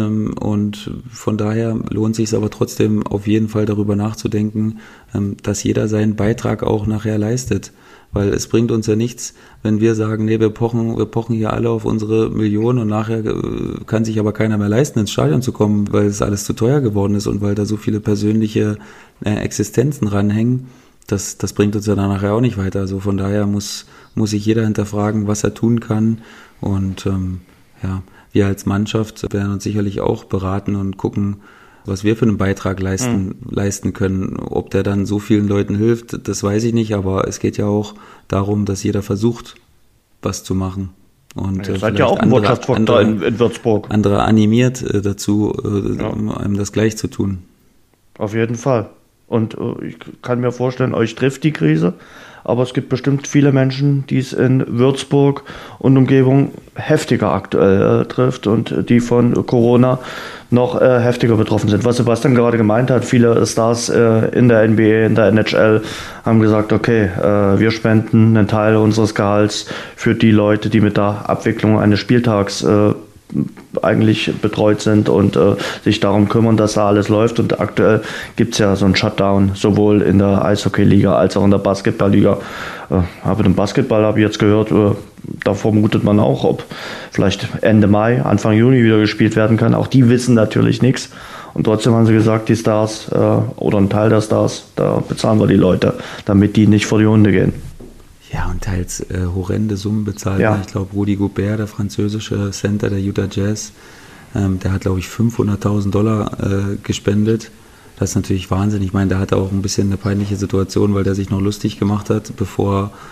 C: und von daher lohnt sich es aber trotzdem auf jeden Fall darüber nachzudenken, dass jeder seinen Beitrag auch nachher leistet, weil es bringt uns ja nichts, wenn wir sagen, nee, wir pochen, wir pochen hier alle auf unsere Millionen und nachher kann sich aber keiner mehr leisten, ins Stadion zu kommen, weil es alles zu teuer geworden ist und weil da so viele persönliche Existenzen ranhängen. Das, das bringt uns ja dann nachher auch nicht weiter. Also von daher muss, muss sich jeder hinterfragen, was er tun kann und ähm, ja, wir als Mannschaft werden uns sicherlich auch beraten und gucken, was wir für einen Beitrag leisten, mhm. leisten können. Ob der dann so vielen Leuten hilft, das weiß ich nicht, aber es geht ja auch darum, dass jeder versucht, was zu machen. Und
B: ihr seid ja auch ein Wirtschaftsfaktor in, in Würzburg.
C: Andere animiert äh, dazu, äh, ja. um einem das gleich zu tun.
B: Auf jeden Fall. Und äh, ich kann mir vorstellen, euch trifft die Krise. Aber es gibt bestimmt viele Menschen, die es in Würzburg und Umgebung heftiger aktuell äh, trifft und die von Corona noch äh, heftiger betroffen sind. Was Sebastian gerade gemeint hat, viele Stars äh, in der N B A, in der N H L haben gesagt, okay, äh, wir spenden einen Teil unseres Gehalts für die Leute, die mit der Abwicklung eines Spieltags äh, eigentlich betreut sind und äh, sich darum kümmern, dass da alles läuft. Und aktuell gibt es ja so einen Shutdown, sowohl in der Eishockey-Liga als auch in der Basketball-Liga. Äh, aber im Basketball habe ich jetzt gehört, äh, da vermutet man auch, ob vielleicht Ende Mai, Anfang Juni wieder gespielt werden kann. Auch die wissen natürlich nichts. Und trotzdem haben sie gesagt, die Stars äh, oder ein Teil der Stars, da bezahlen wir die Leute, damit die nicht vor die Hunde gehen.
C: Ja, und teils äh, horrende Summen bezahlt.
B: Ja.
C: Ich glaube, Rudy Gobert, der französische Center der Utah Jazz, ähm, der hat, glaube ich, fünfhunderttausend Dollar äh, gespendet. Das ist natürlich Wahnsinn. Ich meine, der hatte auch ein bisschen eine peinliche Situation, weil der sich noch lustig gemacht hat, bevor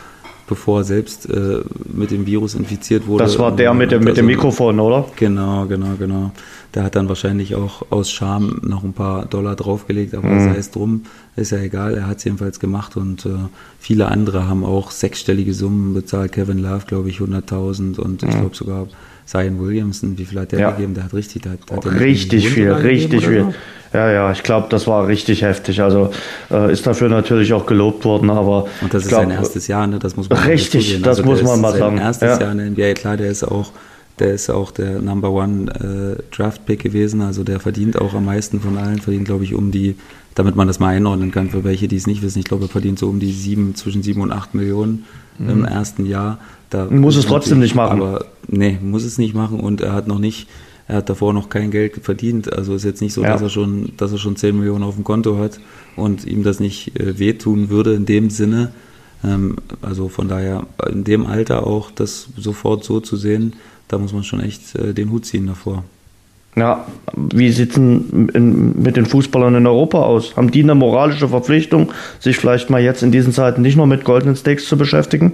C: bevor er selbst äh, mit dem Virus infiziert wurde.
B: Das war der mit dem, mit dem Mikrofon, oder?
C: Genau, genau, genau. Der hat dann wahrscheinlich auch aus Scham noch ein paar Dollar draufgelegt, aber mhm. sei es drum, ist ja egal, er hat es jedenfalls gemacht und äh, viele andere haben auch sechsstellige Summen bezahlt. Kevin Love, glaube ich, hunderttausend und mhm. ich glaube sogar Zion Williamson, wie viel hat der ja. gegeben? Der hat richtig, der hat, hat der
B: richtig viel, richtig viel. So? Ja, ja, ich glaube, das war richtig heftig. Also äh, ist dafür natürlich auch gelobt worden, aber
C: und das ist
B: glaub,
C: sein erstes Jahr, ne? Das muss man
B: richtig, das also muss man mal sagen.
C: Sein erstes ja. Jahr in der N B A, klar, der ist auch, der ist auch der Number One äh, Draft Pick gewesen. Also der verdient auch am meisten von allen, verdient, glaube ich, um die, damit man das mal einordnen kann für welche, die es nicht wissen. Ich glaube, er verdient so um die sieben, zwischen sieben und acht Millionen mhm. im ersten Jahr. Da
B: muss es trotzdem nicht machen.
C: Aber nee, muss es nicht machen und er hat noch nicht, er hat davor noch kein Geld verdient. Also ist jetzt nicht so, ja. dass er schon, dass er schon zehn Millionen auf dem Konto hat und ihm das nicht äh, wehtun würde in dem Sinne. Ähm, also von daher in dem Alter auch das sofort so zu sehen, da muss man schon echt äh, den Hut ziehen davor.
B: Ja, wie sieht es denn mit den Fußballern in Europa aus? Haben die eine moralische Verpflichtung, sich vielleicht mal jetzt in diesen Zeiten nicht nur mit goldenen Steaks zu beschäftigen?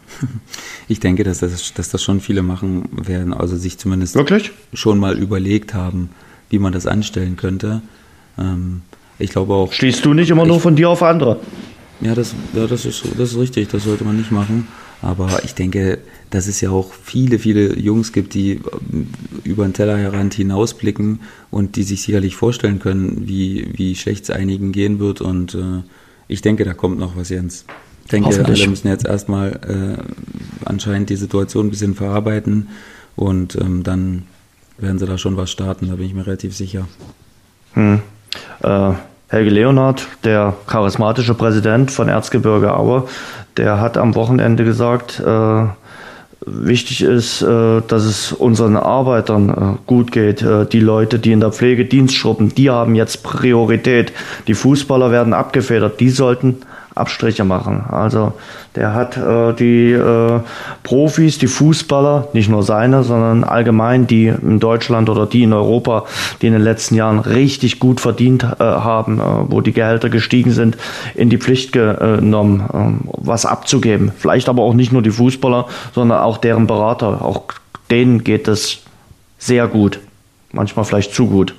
C: Ich denke, dass das, dass das schon viele machen werden, also sich zumindest
B: Wirklich?
C: schon mal überlegt haben, wie man das anstellen könnte. Ähm, ich glaube auch.
B: Schließt du nicht immer ich, nur von dir auf andere?
C: Ja, das, ja das, ist, das ist richtig, das sollte man nicht machen. Aber ich denke, dass es ja auch viele, viele Jungs gibt, die über den Tellerrand hinausblicken und die sich sicherlich vorstellen können, wie, wie schlecht es einigen gehen wird. Und äh, ich denke, da kommt noch was, Jens. Ich denke, alle müssen jetzt erstmal äh, anscheinend die Situation ein bisschen verarbeiten und ähm, dann werden sie da schon was starten, da bin ich mir relativ sicher.
B: Hm. Äh, Helge Leonhardt, der charismatische Präsident von Erzgebirge Aue, der hat am Wochenende gesagt, äh, wichtig ist, äh, dass es unseren Arbeitern äh, gut geht. Äh, die Leute, die in der Pflege Dienst schrubben, die haben jetzt Priorität. Die Fußballer werden abgefedert, die sollten Abstriche machen. Also der hat äh, die äh, Profis, die Fußballer, nicht nur seine, sondern allgemein die in Deutschland oder die in Europa, die in den letzten Jahren richtig gut verdient äh, haben, äh, wo die Gehälter gestiegen sind, in die Pflicht genommen, äh, was abzugeben. Vielleicht aber auch nicht nur die Fußballer, sondern auch deren Berater. Auch denen geht es sehr gut. Manchmal vielleicht zu gut.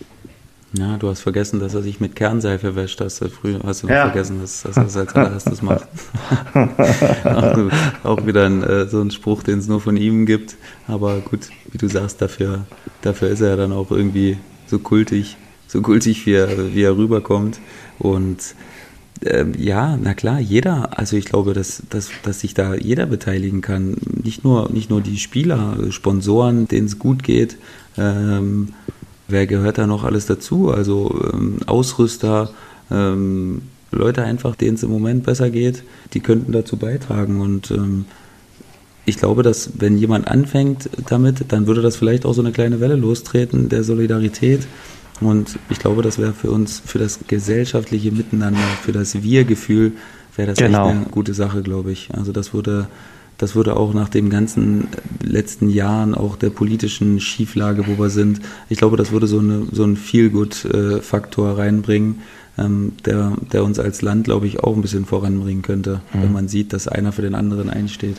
C: Ja, du hast vergessen, dass er sich mit Kernseife wäscht. Hast du früher hast du ja. vergessen, dass, dass er das als allererstes macht. auch, auch wieder ein, äh, so ein Spruch, den es nur von ihm gibt. Aber gut, wie du sagst, dafür, dafür ist er ja dann auch irgendwie so kultig, so kultig, wie er, wie er rüberkommt. Und äh, ja, na klar, jeder, also ich glaube, dass, dass, dass sich da jeder beteiligen kann. Nicht nur, nicht nur die Spieler, Sponsoren, denen es gut geht, ähm, wer gehört da noch alles dazu? Also ähm, Ausrüster, ähm, Leute einfach, denen es im Moment besser geht, die könnten dazu beitragen. Und ähm, ich glaube, dass wenn jemand anfängt damit, dann würde das vielleicht auch so eine kleine Welle lostreten der Solidarität. Und ich glaube, das wäre für uns, für das gesellschaftliche Miteinander, für das Wir-Gefühl, wäre das genau. echt eine gute Sache, glaube ich. Also das würde... Das würde auch nach den ganzen letzten Jahren, auch der politischen Schieflage, wo wir sind, ich glaube, das würde so, eine, so einen Feel-Good-Faktor reinbringen, ähm, der, der uns als Land, glaube ich, auch ein bisschen voranbringen könnte, mhm. wenn man sieht, dass einer für den anderen einsteht.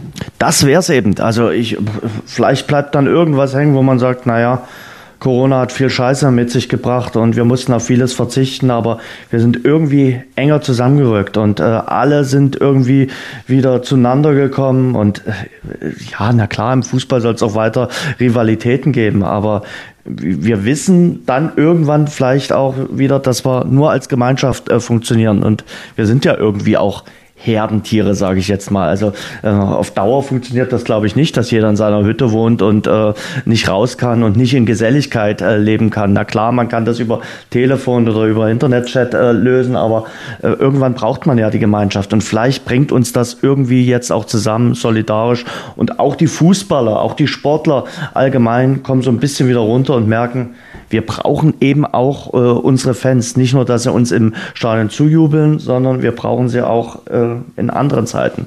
B: Das wäre es eben. Also ich, vielleicht bleibt dann irgendwas hängen, wo man sagt, naja, Corona hat viel Scheiße mit sich gebracht und wir mussten auf vieles verzichten, aber wir sind irgendwie enger zusammengerückt und äh, alle sind irgendwie wieder zueinander gekommen und äh, ja, na klar, im Fußball soll es auch weiter Rivalitäten geben, aber wir wissen dann irgendwann vielleicht auch wieder, dass wir nur als Gemeinschaft äh, funktionieren und wir sind ja irgendwie auch Herdentiere, sage ich jetzt mal. Also äh, auf Dauer funktioniert das, glaube ich, nicht, dass jeder in seiner Hütte wohnt und äh, nicht raus kann und nicht in Geselligkeit äh, leben kann. Na klar, man kann das über Telefon oder über Internetchat äh, lösen, aber äh, irgendwann braucht man ja die Gemeinschaft und vielleicht bringt uns das irgendwie jetzt auch zusammen, solidarisch und auch die Fußballer, auch die Sportler allgemein kommen so ein bisschen wieder runter und merken, wir brauchen eben auch äh, unsere Fans. Nicht nur, dass sie uns im Stadion zujubeln, sondern wir brauchen sie auch äh, in anderen Zeiten.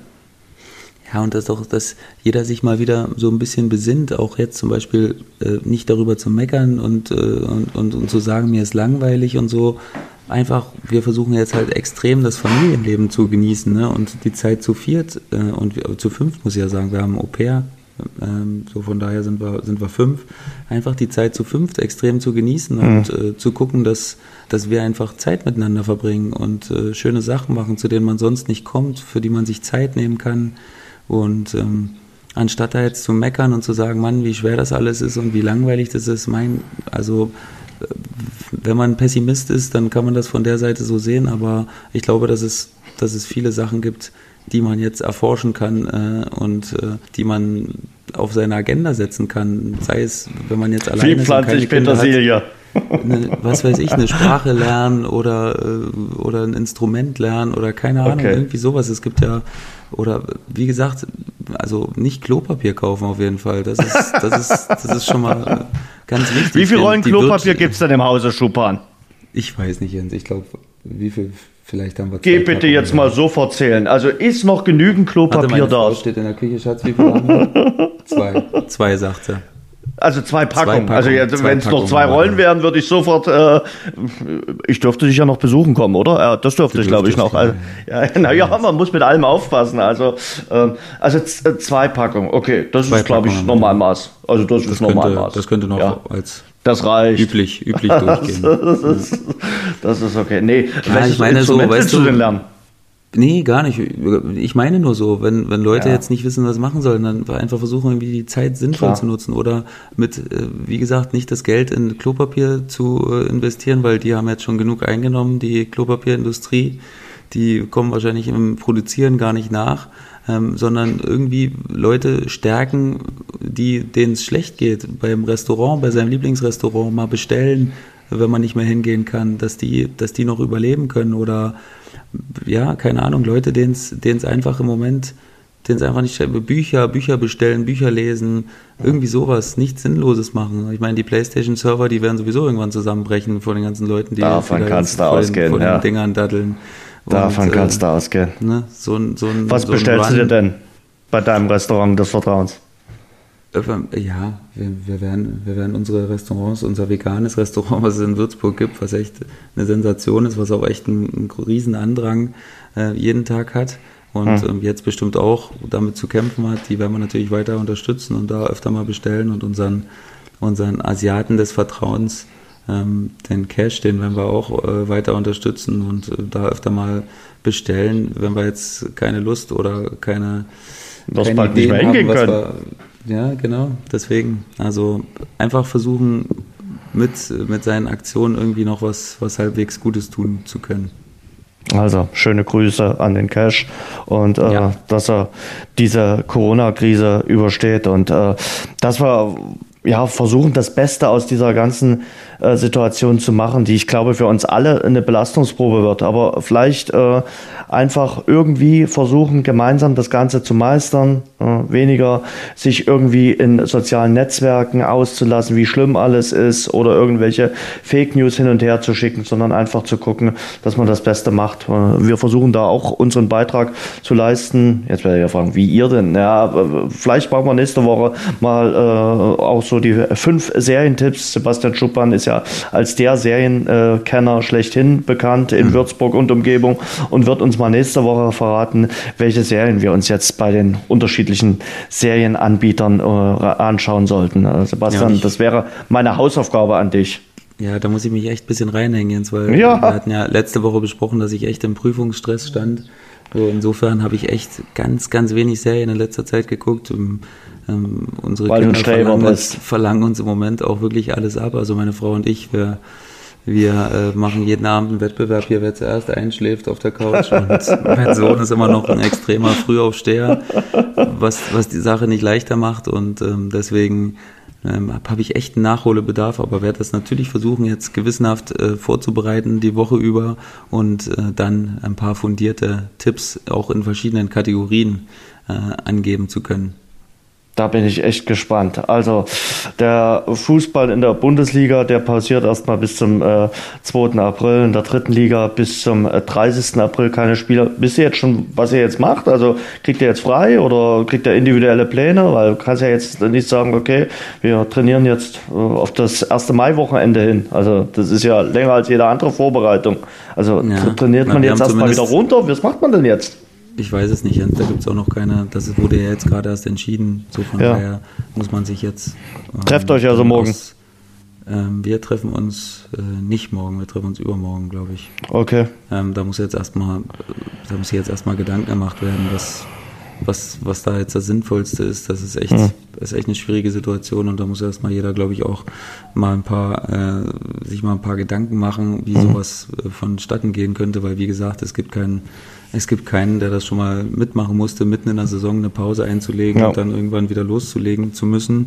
C: Ja, und das auch, dass jeder sich mal wieder so ein bisschen besinnt, auch jetzt zum Beispiel äh, nicht darüber zu meckern und, äh, und, und, und zu sagen, mir ist langweilig und so, einfach, wir versuchen jetzt halt extrem das Familienleben zu genießen, ne? Und die Zeit zu viert äh, und wir, zu fünft muss ich ja sagen, wir haben ein Au-pair, ähm, so von daher sind wir, sind wir fünf, einfach die Zeit zu fünft extrem zu genießen mhm. und äh, zu gucken, dass, dass wir einfach Zeit miteinander verbringen und äh, schöne Sachen machen, zu denen man sonst nicht kommt, für die man sich Zeit nehmen kann und ähm, anstatt da jetzt zu meckern und zu sagen, Mann, wie schwer das alles ist und wie langweilig das ist, mein, also wenn man Pessimist ist, dann kann man das von der Seite so sehen, aber ich glaube, dass es, dass es viele Sachen gibt, die man jetzt erforschen kann äh, und äh, die man auf seine Agenda setzen kann, sei es, wenn man jetzt alleine ist und keine Kinder hat, eine, was weiß ich, eine Sprache lernen oder, äh, oder ein Instrument lernen oder keine Ahnung, okay. irgendwie sowas. Es gibt ja, oder wie gesagt, also nicht Klopapier kaufen auf jeden Fall. Das ist, das ist, das ist schon mal ganz wichtig.
B: Wie viele Rollen Klopapier gibt es denn im Hause Schupan?
C: Ich weiß nicht, Jens. Ich glaube, wie viel, vielleicht haben wir
B: Geh bitte Packungen jetzt mal sofort zählen. Also ist noch genügend Klopapier da?
C: Frau steht in der Küche, Schatz, wie viel haben wir? Zwei. Zwei, sagt sie.
B: Also zwei Packungen. Zwei Packungen. Also wenn es noch zwei Rollen wären, würde ich sofort, äh, ich dürfte dich ja noch besuchen kommen, oder? Äh, das dürfte ich, glaube ich, noch. Also, ja, na ja, man muss mit allem aufpassen. Also, äh, also z- zwei Packungen. Okay, das zwei ist, glaube ich, Normalmaß. Also das, das ist
C: könnte,
B: Normalmaß.
C: Das könnte noch
B: ja.
C: als
B: das reicht.
C: üblich, üblich durchgehen.
B: das, ist, das ist okay. Nee,
C: ja, ich meine so, weißt
B: du denn lernen?
C: Nee, gar nicht. Ich meine nur so, wenn, wenn Leute ja. jetzt nicht wissen, was machen sollen, dann einfach versuchen, irgendwie die Zeit sinnvoll Klar. zu nutzen oder mit, wie gesagt, nicht das Geld in Klopapier zu investieren, weil die haben jetzt schon genug eingenommen, die Klopapierindustrie, die kommen wahrscheinlich im Produzieren gar nicht nach, ähm, sondern irgendwie Leute stärken, die, denen es schlecht geht, beim Restaurant, bei seinem Lieblingsrestaurant mal bestellen, wenn man nicht mehr hingehen kann, dass die, dass die noch überleben können oder ja, keine Ahnung, Leute, denen es einfach im Moment, denen es einfach nicht, Bücher, Bücher bestellen, Bücher lesen, irgendwie sowas, nichts Sinnloses machen. Ich meine, die PlayStation-Server, die werden sowieso irgendwann zusammenbrechen von den ganzen Leuten, die
B: Davon kannst du
C: vor
B: ausgehen,
C: den, vor
B: ja.
C: den Dingern daddeln.
B: Davon
C: Und,
B: kannst du ausgehen.
C: Ne, so ein, so ein,
B: Was
C: so
B: bestellst
C: ein
B: du dir denn bei deinem Restaurant des Vertrauens?
C: Ja, wir, wir, werden, wir werden unsere Restaurants, unser veganes Restaurant, was es in Würzburg gibt, was echt eine Sensation ist, was auch echt einen, einen riesen Andrang äh, jeden Tag hat und hm. ähm, jetzt bestimmt auch damit zu kämpfen hat, die werden wir natürlich weiter unterstützen und da öfter mal bestellen und unseren, unseren Asiaten des Vertrauens, ähm, den Cash, den werden wir auch äh, weiter unterstützen und äh, da öfter mal bestellen, wenn wir jetzt keine Lust oder keine,
B: das keine bald nicht mehr hingehen
C: haben,
B: können.
C: Wir, ja, genau, deswegen, also einfach versuchen, mit, mit seinen Aktionen irgendwie noch was, was halbwegs Gutes tun zu können.
B: Also, schöne Grüße an den Cash und äh, ja. dass er diese Corona-Krise übersteht und äh, dass wir ja, versuchen, das Beste aus dieser ganzen äh, Situation zu machen, die ich glaube für uns alle eine Belastungsprobe wird, aber vielleicht äh, einfach irgendwie versuchen, gemeinsam das Ganze zu meistern, äh, weniger sich irgendwie in sozialen Netzwerken auszulassen, wie schlimm alles ist oder irgendwelche Fake News hin und her zu schicken, sondern einfach zu gucken, dass man das Beste macht. Äh, wir versuchen da auch unseren Beitrag zu leisten. Jetzt werde ich ja fragen, wie ihr denn? Ja, vielleicht machen wir nächste Woche mal äh, auch so die fünf Serientipps. Sebastian Schupan ist ja als der Serienkenner schlechthin bekannt in Würzburg und Umgebung und wird uns mal nächste Woche verraten, welche Serien wir uns jetzt bei den unterschiedlichen Serienanbietern äh, anschauen sollten. Äh, Sebastian, ja, das wäre meine Hausaufgabe an dich.
C: Ja, da muss ich mich echt ein bisschen reinhängen, Jens, weil
B: ja.
C: wir hatten ja letzte Woche besprochen, dass ich echt im Prüfungsstress stand. So, insofern habe ich echt ganz, ganz wenig Serien in letzter Zeit geguckt. Ähm, unsere
B: Weil
C: Kinder verlangen uns, verlangen uns im Moment auch wirklich alles ab. Also meine Frau und ich, wir, wir äh, machen jeden Abend einen Wettbewerb hier, wer zuerst einschläft auf der Couch. Und mein Sohn ist immer noch ein extremer Frühaufsteher, was, was die Sache nicht leichter macht. Und ähm, deswegen ähm, habe ich echt einen Nachholbedarf, aber werde das natürlich versuchen, jetzt gewissenhaft äh, vorzubereiten, die Woche über und äh, dann ein paar fundierte Tipps auch in verschiedenen Kategorien äh, angeben zu können.
B: Da bin ich echt gespannt. Also der Fußball in der Bundesliga, der pausiert erstmal bis zum äh, zweiten April, in der dritten Liga bis zum äh, dreißigsten April keine Spieler. Wisst ihr jetzt schon, was ihr jetzt macht? Also kriegt ihr jetzt frei oder kriegt ihr individuelle Pläne? Weil du kannst ja jetzt nicht sagen, okay, wir trainieren jetzt äh, auf das erste Mai-Wochenende hin. Also das ist ja länger als jede andere Vorbereitung. Also ja. trainiert man jetzt erstmal wieder runter? Was macht man denn jetzt?
C: Ich weiß es nicht, da gibt es auch noch keine, das wurde ja jetzt gerade erst entschieden, so von ja. daher muss man sich jetzt...
B: Ähm, Trefft euch also morgen?
C: Aus, ähm, wir treffen uns äh, nicht morgen, wir treffen uns übermorgen, glaube ich.
B: Okay.
C: Ähm, da muss jetzt erstmal, da muss jetzt erstmal Gedanken gemacht werden, was, was, was da jetzt das Sinnvollste ist. Das ist echt, mhm. das ist echt eine schwierige Situation und da muss erstmal jeder, glaube ich, auch mal ein paar, äh, sich mal ein paar Gedanken machen, wie mhm. sowas äh, vonstatten gehen könnte, weil wie gesagt, es gibt keinen Es gibt keinen, der das schon mal mitmachen musste, mitten in der Saison eine Pause einzulegen ja. und dann irgendwann wieder loszulegen zu müssen.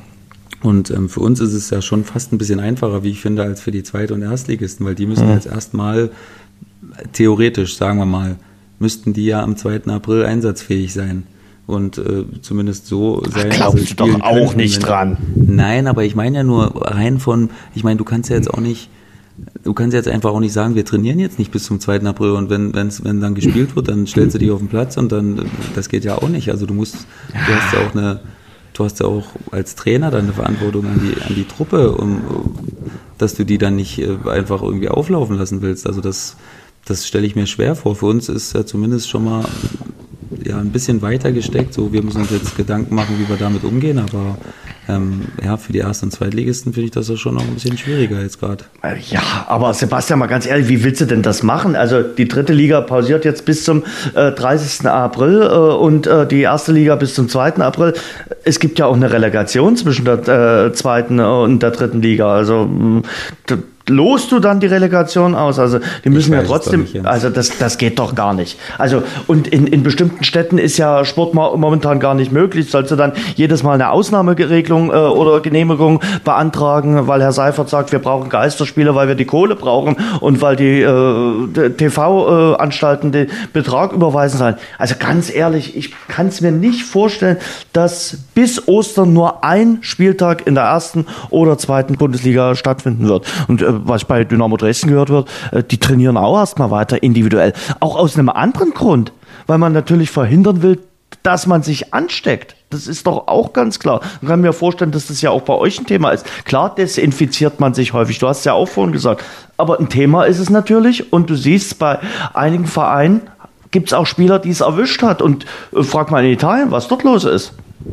C: Und ähm, für uns ist es ja schon fast ein bisschen einfacher, wie ich finde, als für die Zweit- und Erstligisten, weil die müssen mhm. jetzt erstmal, theoretisch, sagen wir mal, müssten die ja am zweiten April einsatzfähig sein. Und äh, zumindest so sein.
B: Ach, glaubst du doch auch könnten, nicht dran.
C: Nein, aber ich meine ja nur rein von, ich meine, du kannst ja jetzt auch nicht, Du kannst jetzt einfach auch nicht sagen, wir trainieren jetzt nicht bis zum zweiten April und wenn wenn's, wenn dann gespielt wird, dann stellst du dich auf den Platz und dann, das geht ja auch nicht. Also du musst, du hast ja auch eine, du hast ja auch als Trainer dann eine Verantwortung an die, an die Truppe, um, dass du die dann nicht einfach irgendwie auflaufen lassen willst. Also das, das stelle ich mir schwer vor. Für uns ist ja zumindest schon mal ja ein bisschen weiter gesteckt. So, wir müssen uns jetzt Gedanken machen, wie wir damit umgehen, aber Ähm, ja, für die Erst- und Zweitligisten finde ich das ja schon noch ein bisschen schwieriger jetzt gerade.
B: Ja, aber Sebastian, mal ganz ehrlich, wie willst du denn das machen? Also die dritte Liga pausiert jetzt bis zum äh, dreißigsten April äh, und äh, die erste Liga bis zum zweiten April. Es gibt ja auch eine Relegation zwischen der äh, zweiten und der dritten Liga. Also mh, lost du dann die Relegation aus? Also die müssen ja trotzdem, nicht, also das, das geht doch gar nicht. Also und in, in bestimmten Städten ist ja Sport momentan gar nicht möglich. Sollst du dann jedes Mal eine Ausnahmeregelung äh, oder Genehmigung beantragen, weil Herr Seifert sagt, wir brauchen Geisterspiele, weil wir die Kohle brauchen und weil die äh, T V-Anstalten den Betrag überweisen sollen. Also ganz ehrlich, ich kann es mir nicht vorstellen, dass bis Ostern nur ein Spieltag in der ersten oder zweiten Bundesliga stattfinden wird. Und äh, was bei Dynamo Dresden gehört wird, äh, die trainieren auch erstmal weiter individuell. Auch aus einem anderen Grund, weil man natürlich verhindern will, dass man sich ansteckt. Das ist doch auch ganz klar. Man kann mir vorstellen, dass das ja auch bei euch ein Thema ist. Klar desinfiziert man sich häufig, du hast es ja auch vorhin gesagt. Aber ein Thema ist es natürlich und du siehst, bei einigen Vereinen gibt es auch Spieler, die es erwischt hat. Und äh, frag mal in Italien, was dort los ist.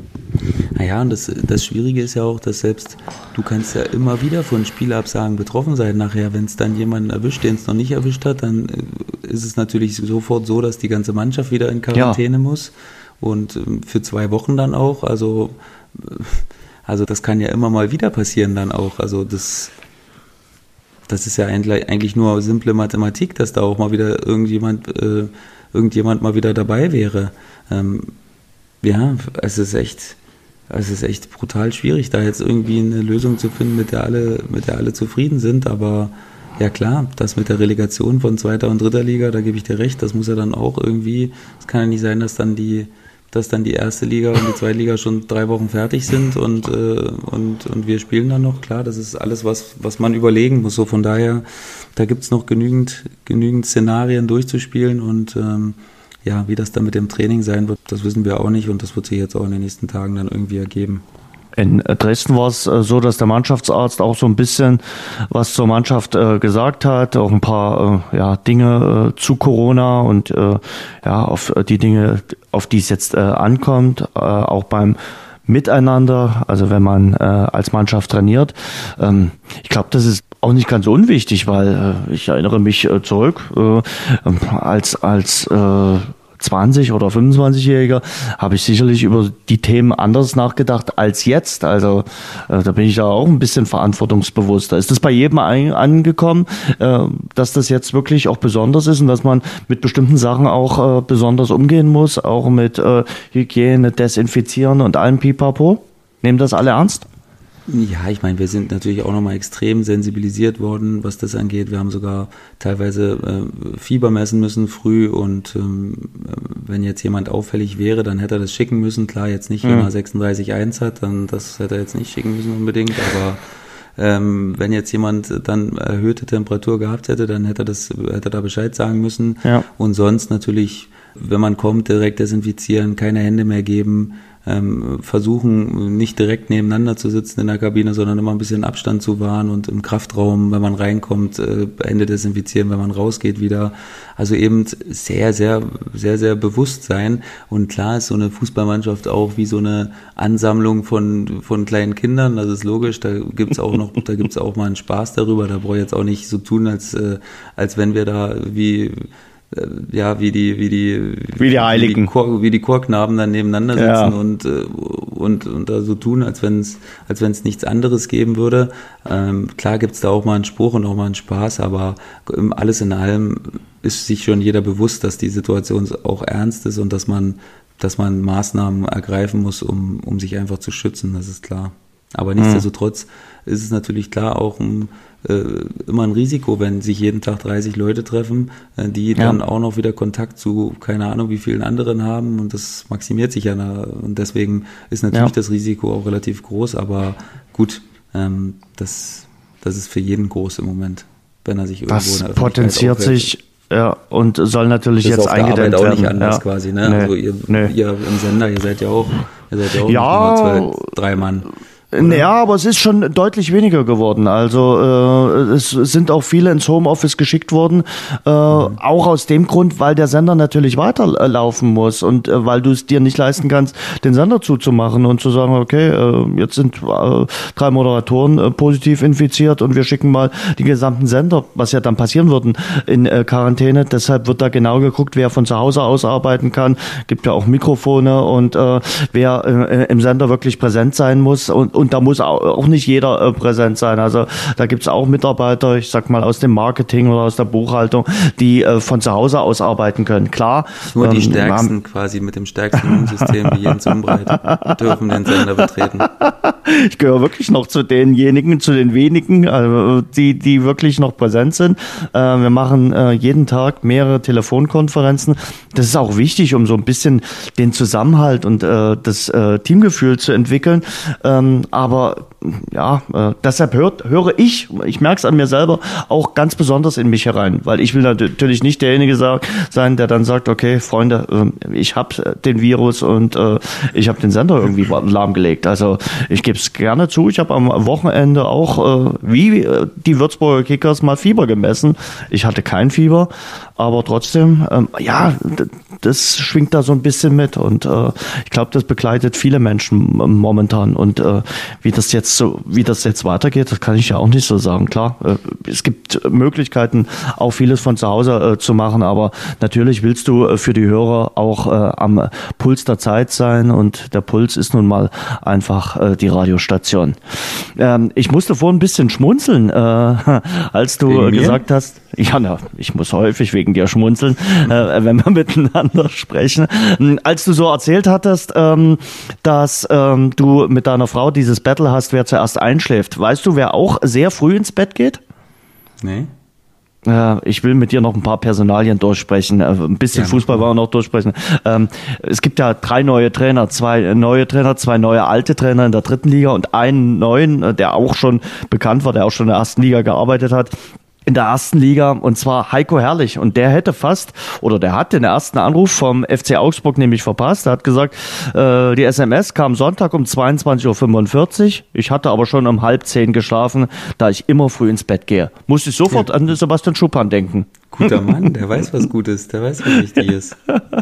C: Naja, und das, das Schwierige ist ja auch, dass selbst du kannst ja immer wieder von Spielabsagen betroffen sein nachher. Wenn es dann jemanden erwischt, den es noch nicht erwischt hat, dann ist es natürlich sofort so, dass die ganze Mannschaft wieder in Quarantäne ja. muss und für zwei Wochen dann auch. Also, also das kann ja immer mal wieder passieren dann auch. Also das, das ist ja eigentlich nur simple Mathematik, dass da auch mal wieder irgendjemand, äh, irgendjemand mal wieder dabei wäre. Ähm, ja, es ist echt... Es ist echt brutal schwierig, da jetzt irgendwie eine Lösung zu finden, mit der alle, mit der alle zufrieden sind. Aber ja klar, das mit der Relegation von zweiter und dritter Liga, da gebe ich dir recht, das muss ja dann auch irgendwie, es kann ja nicht sein, dass dann die, dass dann die erste Liga und die zweite Liga schon drei Wochen fertig sind und, äh, und, und wir spielen dann noch. Klar, das ist alles, was, was man überlegen muss. So von daher, da gibt's noch genügend, genügend Szenarien durchzuspielen und ähm, ja, wie das dann mit dem Training sein wird, das wissen wir auch nicht und das wird sich jetzt auch in den nächsten Tagen dann irgendwie ergeben.
B: In Dresden war es so, dass der Mannschaftsarzt auch so ein bisschen was zur Mannschaft äh, gesagt hat, auch ein paar äh, ja, Dinge äh, zu Corona und äh, ja auf die Dinge, auf die es jetzt äh, ankommt, äh, auch beim Miteinander, also wenn man äh, als Mannschaft trainiert. Ähm, ich glaube, das ist auch nicht ganz unwichtig, weil äh, ich erinnere mich äh, zurück, äh, als als äh, zwanzig- oder fünfundzwanzigjähriger habe ich sicherlich über die Themen anders nachgedacht als jetzt. Also äh, da bin ich ja auch ein bisschen verantwortungsbewusster. Ist das bei jedem ein, angekommen, äh, dass das jetzt wirklich auch besonders ist und dass man mit bestimmten Sachen auch äh, besonders umgehen muss, auch mit äh, Hygiene, Desinfizieren und allem Pipapo? Nehmen das alle ernst?
C: Ja, ich meine, wir sind natürlich auch nochmal extrem sensibilisiert worden, was das angeht. Wir haben sogar teilweise äh, Fieber messen müssen früh und ähm, wenn jetzt jemand auffällig wäre, dann hätte er das schicken müssen. Klar, jetzt nicht, wenn er sechsunddreißig Komma eins hat, dann das hätte er jetzt nicht schicken müssen unbedingt, aber ähm, wenn jetzt jemand dann erhöhte Temperatur gehabt hätte, dann hätte er das, hätte er da Bescheid sagen müssen. Ja. Und sonst natürlich, wenn man kommt, direkt desinfizieren, keine Hände mehr geben, Ähm, versuchen nicht direkt nebeneinander zu sitzen in der Kabine, sondern immer ein bisschen Abstand zu wahren und im Kraftraum, wenn man reinkommt, äh, Hände desinfizieren, wenn man rausgeht wieder. Also eben sehr, sehr, sehr, sehr bewusst sein. Und klar ist so eine Fußballmannschaft auch wie so eine Ansammlung von von kleinen Kindern, das ist logisch, da gibt's auch noch, da gibt's auch mal einen Spaß darüber, da brauche ich jetzt auch nicht so tun, als äh, als wenn wir da wie ja, wie die, wie die,
B: wie die Heiligen,
C: wie die, Chor, wie die Chorknaben dann nebeneinander sitzen ja. und, und, und da so tun, als wenn es, als wenn es nichts anderes geben würde. Ähm, klar gibt's da auch mal einen Spruch und auch mal einen Spaß, aber alles in allem ist sich schon jeder bewusst, dass die Situation auch ernst ist und dass man, dass man Maßnahmen ergreifen muss, um, um sich einfach zu schützen, das ist klar. Aber nichtsdestotrotz mhm. ist es natürlich klar auch um, äh, immer ein Risiko, wenn sich jeden Tag dreißig Leute treffen, äh, die ja. dann auch noch wieder Kontakt zu keine Ahnung wie vielen anderen haben und das maximiert sich ja. Na, und deswegen ist natürlich ja. das Risiko auch relativ groß, aber gut, ähm, das, das ist für jeden groß im Moment, wenn er sich irgendwo
B: das in der potenziert sich. Ja, und soll natürlich
C: das
B: jetzt eingedämmt werden.
C: Das ist auch nicht anders ja. quasi, ne?
B: Nee.
C: Also ihr,
B: nee.
C: ihr im Sender, ihr seid ja auch, ihr seid ja auch
B: ja,
C: nur zwei, drei Mann.
B: Oder? Ja, aber es ist schon deutlich weniger geworden. Also äh, es sind auch viele ins Homeoffice geschickt worden, äh, mhm. auch aus dem Grund, weil der Sender natürlich weiterlaufen muss und äh, weil du es dir nicht leisten kannst, den Sender zuzumachen und zu sagen, okay, äh, jetzt sind äh, drei Moderatoren äh, positiv infiziert und wir schicken mal die gesamten Sender, was ja dann passieren würden, in äh, Quarantäne. Deshalb wird da genau geguckt, wer von zu Hause aus arbeiten kann. Gibt ja auch Mikrofone und äh, wer äh, im Sender wirklich präsent sein muss und, und Und da muss auch nicht jeder äh, präsent sein. Also da gibt's auch Mitarbeiter, ich sag mal aus dem Marketing oder aus der Buchhaltung, die äh, von zu Hause aus arbeiten können. Klar.
C: Nur die ähm, Stärksten haben, quasi mit dem stärksten Immunsystem, wie Jens Umbreit, dürfen den Sender betreten.
B: Ich gehöre wirklich noch zu denjenigen, zu den wenigen, also die, die wirklich noch präsent sind. Äh, wir machen äh, jeden Tag mehrere Telefonkonferenzen. Das ist auch wichtig, um so ein bisschen den Zusammenhalt und äh, das äh, Teamgefühl zu entwickeln. Ähm, aber ja, äh, deshalb hört, höre ich, ich merke es an mir selber, auch ganz besonders in mich herein, weil ich will natürlich nicht derjenige sein, der dann sagt, okay, Freunde, äh, ich habe den Virus und äh, ich habe den Sender irgendwie lahmgelegt. Also ich gebe es gerne zu, ich habe am Wochenende auch, äh, wie die Würzburger Kickers, mal Fieber gemessen. Ich hatte kein Fieber, aber trotzdem, ähm, ja, das schwingt da so ein bisschen mit und äh, ich glaube, das begleitet viele Menschen momentan und äh, wie das jetzt so, wie das jetzt weitergeht, das kann ich ja auch nicht so sagen. Klar, äh, es gibt Möglichkeiten, auch vieles von zu Hause äh, zu machen, aber natürlich willst du äh, für die Hörer auch äh, am Puls der Zeit sein und der Puls ist nun mal einfach äh, die Radiostation. Ähm, ich musste vorhin ein bisschen schmunzeln, äh, als du gesagt hast, ja, na, ich muss häufig wegen dir schmunzeln, äh, wenn wir miteinander sprechen. Als du so erzählt hattest, ähm, dass ähm, du mit deiner Frau dieses Battle hast, wer zuerst einschläft. Weißt du, wer auch sehr früh ins Bett geht?
C: Nee.
B: Ja, ich will mit dir noch ein paar Personalien durchsprechen, ein bisschen ja, Fußball wollen wir noch durchsprechen. Ähm, es gibt ja drei neue Trainer, zwei neue Trainer, zwei neue alte Trainer in der dritten Liga und einen neuen, der auch schon bekannt war, der auch schon in der ersten Liga gearbeitet hat. In der ersten Liga, und zwar Heiko Herrlich. Und der hätte fast, oder der hat den ersten Anruf vom F C Augsburg nämlich verpasst. Er hat gesagt, äh, die S M S kam Sonntag um zweiundzwanzig Uhr fünfundvierzig. Ich hatte aber schon um halb zehn geschlafen, da ich immer früh ins Bett gehe. Musste ich sofort ja. an Sebastian Schuppan denken.
C: Guter Mann, der weiß, was gut ist, der weiß, was wichtig ist.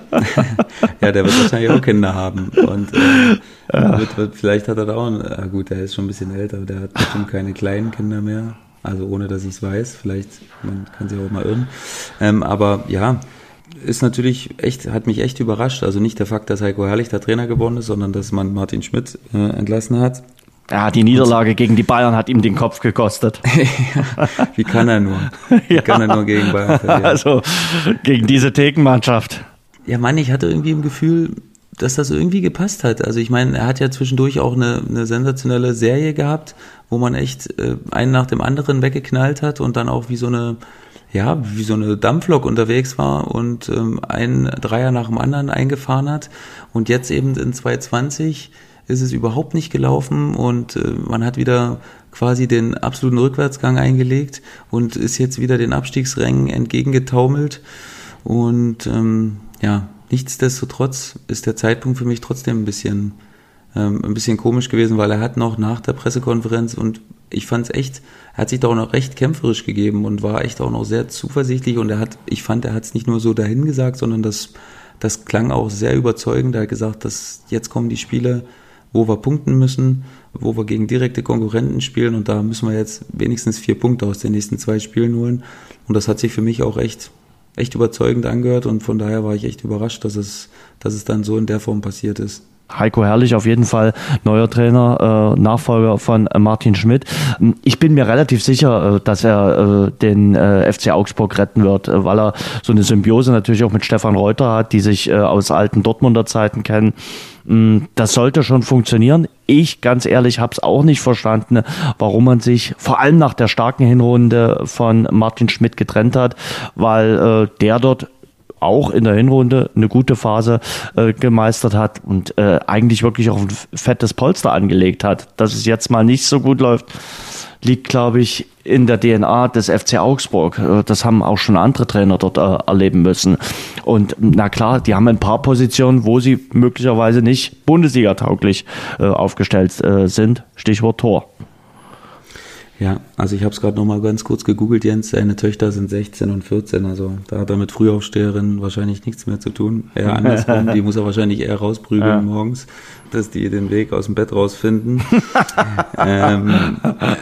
C: Ja, der wird wahrscheinlich auch Kinder haben. Und äh, ja. wird, wird, vielleicht hat er da auch, ah gut, der ist schon ein bisschen älter, der hat bestimmt keine kleinen Kinder mehr. Also ohne, dass ich es weiß, vielleicht, man kann sich auch mal irren. Ähm, aber ja, ist natürlich echt, hat mich echt überrascht. Also nicht der Fakt, dass Heiko Herrlich der Trainer geworden ist, sondern dass man Martin Schmidt äh, entlassen hat.
B: Ja, die Niederlage Und, gegen die Bayern hat ihm den Kopf gekostet.
C: Ja, wie kann er nur? Wie ja. kann er nur gegen Bayern verlieren?
B: Also gegen diese Thekenmannschaft.
C: Ja, Mann, ich hatte irgendwie im Gefühl, dass das irgendwie gepasst hat. Also ich meine, er hat ja zwischendurch auch eine, eine sensationelle Serie gehabt, wo man echt äh, einen nach dem anderen weggeknallt hat und dann auch wie so eine, ja, wie so eine Dampflok unterwegs war und ähm, einen Dreier nach dem anderen eingefahren hat. Und jetzt eben in zwanzig zwanzig ist es überhaupt nicht gelaufen und äh, man hat wieder quasi den absoluten Rückwärtsgang eingelegt und ist jetzt wieder den Abstiegsrängen entgegengetaumelt. Und ähm, ja, nichtsdestotrotz ist der Zeitpunkt für mich trotzdem ein bisschen, ähm, ein bisschen komisch gewesen, weil er hat noch nach der Pressekonferenz und ich fand es echt, er hat sich da auch noch recht kämpferisch gegeben und war echt auch noch sehr zuversichtlich und er hat, ich fand, er hat es nicht nur so dahin gesagt, sondern das, das klang auch sehr überzeugend. Er hat gesagt, dass jetzt kommen die Spiele, wo wir punkten müssen, wo wir gegen direkte Konkurrenten spielen und da müssen wir jetzt wenigstens vier Punkte aus den nächsten zwei Spielen holen und das hat sich für mich auch echt echt überzeugend angehört und von daher war ich echt überrascht, dass es, dass es dann so in der Form passiert ist.
B: Heiko Herrlich auf jeden Fall neuer Trainer, äh, Nachfolger von äh, Martin Schmidt. Ich bin mir relativ sicher, äh, dass er äh, den äh, F C Augsburg retten wird, äh, weil er so eine Symbiose natürlich auch mit Stefan Reuter hat, die sich äh, aus alten Dortmunder Zeiten kennen. Das sollte schon funktionieren. Ich, ganz ehrlich, habe es auch nicht verstanden, warum man sich vor allem nach der starken Hinrunde von Martin Schmidt getrennt hat, weil äh, der dort auch in der Hinrunde eine gute Phase äh, gemeistert hat und äh, eigentlich wirklich auch ein fettes Polster angelegt hat. Dass es jetzt mal nicht so gut läuft, liegt, glaube ich, in der D N A des F C Augsburg. Das haben auch schon andere Trainer dort äh, erleben müssen. Und na klar, die haben ein paar Positionen, wo sie möglicherweise nicht Bundesliga-tauglich äh, aufgestellt äh, sind. Stichwort Tor.
C: Ja, also ich habe es gerade nochmal ganz kurz gegoogelt, Jens, seine Töchter sind sechzehn und vierzehn, also da hat er mit Frühaufsteherinnen wahrscheinlich nichts mehr zu tun. Eher andersrum, die muss er wahrscheinlich eher rausprügeln ja. morgens, dass die den Weg aus dem Bett rausfinden. ähm,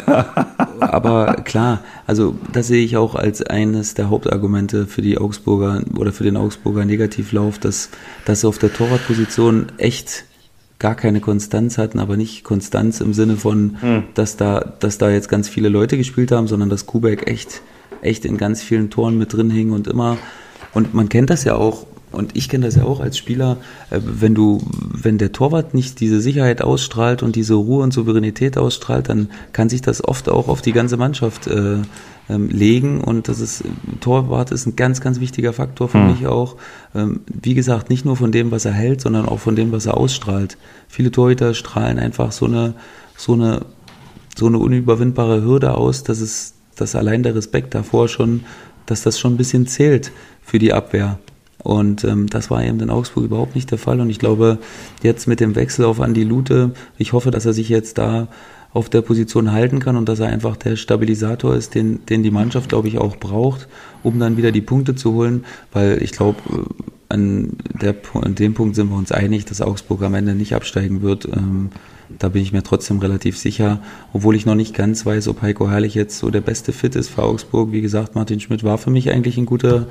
C: aber klar, also das sehe ich auch als eines der Hauptargumente für die Augsburger oder für den Augsburger Negativlauf, dass, dass sie auf der Torwartposition echt gar keine Konstanz hatten, aber nicht Konstanz im Sinne von, hm. dass da, dass da jetzt ganz viele Leute gespielt haben, sondern dass Kubek echt, echt in ganz vielen Toren mit drin hing und immer, und man kennt das ja auch, und ich kenne das ja auch als Spieler, wenn du, wenn der Torwart nicht diese Sicherheit ausstrahlt und diese Ruhe und Souveränität ausstrahlt, dann kann sich das oft auch auf die ganze Mannschaft äh, ähm, legen und das ist, Torwart ist ein ganz, ganz wichtiger Faktor für mhm. mich auch. Ähm, wie gesagt, nicht nur von dem, was er hält, sondern auch von dem, was er ausstrahlt. Viele Torhüter strahlen einfach so eine, so eine, so eine unüberwindbare Hürde aus, dass es, dass allein der Respekt davor schon, dass das schon ein bisschen zählt für die Abwehr. Und ähm, das war eben in Augsburg überhaupt nicht der Fall. Und ich glaube, jetzt mit dem Wechsel auf Andi Lute, ich hoffe, dass er sich jetzt da auf der Position halten kann und dass er einfach der Stabilisator ist, den, den die Mannschaft, glaube ich, auch braucht, um dann wieder die Punkte zu holen. Weil ich glaube, an, der, an dem Punkt sind wir uns einig, dass Augsburg am Ende nicht absteigen wird. Ähm, da bin ich mir trotzdem relativ sicher, obwohl ich noch nicht ganz weiß, ob Heiko Herrlich jetzt so der beste Fit ist für Augsburg. Wie gesagt, Martin Schmidt war für mich eigentlich ein guter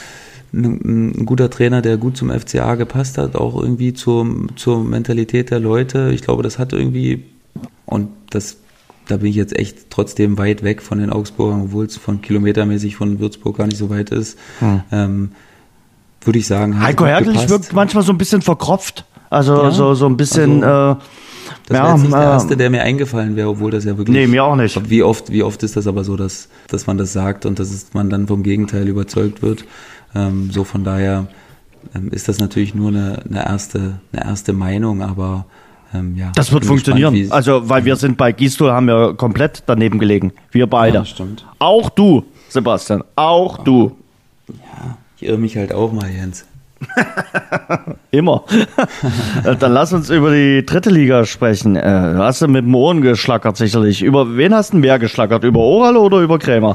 C: ein guter Trainer, der gut zum F C A gepasst hat, auch irgendwie zur, zur Mentalität der Leute. Ich glaube, das hat irgendwie, und das, da bin ich jetzt echt trotzdem weit weg von den Augsburgern, obwohl es von kilometermäßig von Würzburg gar nicht so weit ist, hm. ähm, würde ich sagen,
B: Heiko Herrlich wirkt manchmal so ein bisschen verkropft, also ja, so, so ein bisschen, also, äh,
C: das
B: ja,
C: wäre jetzt nicht der
B: äh,
C: erste, der mir eingefallen wäre, obwohl das ja wirklich...
B: Nee, mir auch nicht.
C: Wie oft, wie oft ist das aber so, dass, dass man das sagt und dass es, man dann vom Gegenteil überzeugt wird. Ähm, so von daher ähm, ist das natürlich nur eine, eine, erste, eine erste Meinung, aber ähm, ja.
B: Das wird funktionieren. Gespannt, also, weil wir sind bei Gisdol, haben wir komplett daneben gelegen. Wir beide.
C: Ja, stimmt.
B: Auch du, Sebastian. Auch oh. du.
C: Ja, ich irre mich halt auch mal, Jens.
B: Immer. Dann lass uns über die dritte Liga sprechen. Äh, hast du mit dem Ohren geschlackert sicherlich. Über wen hast du mehr geschlackert? Über Oral oder über Krämer?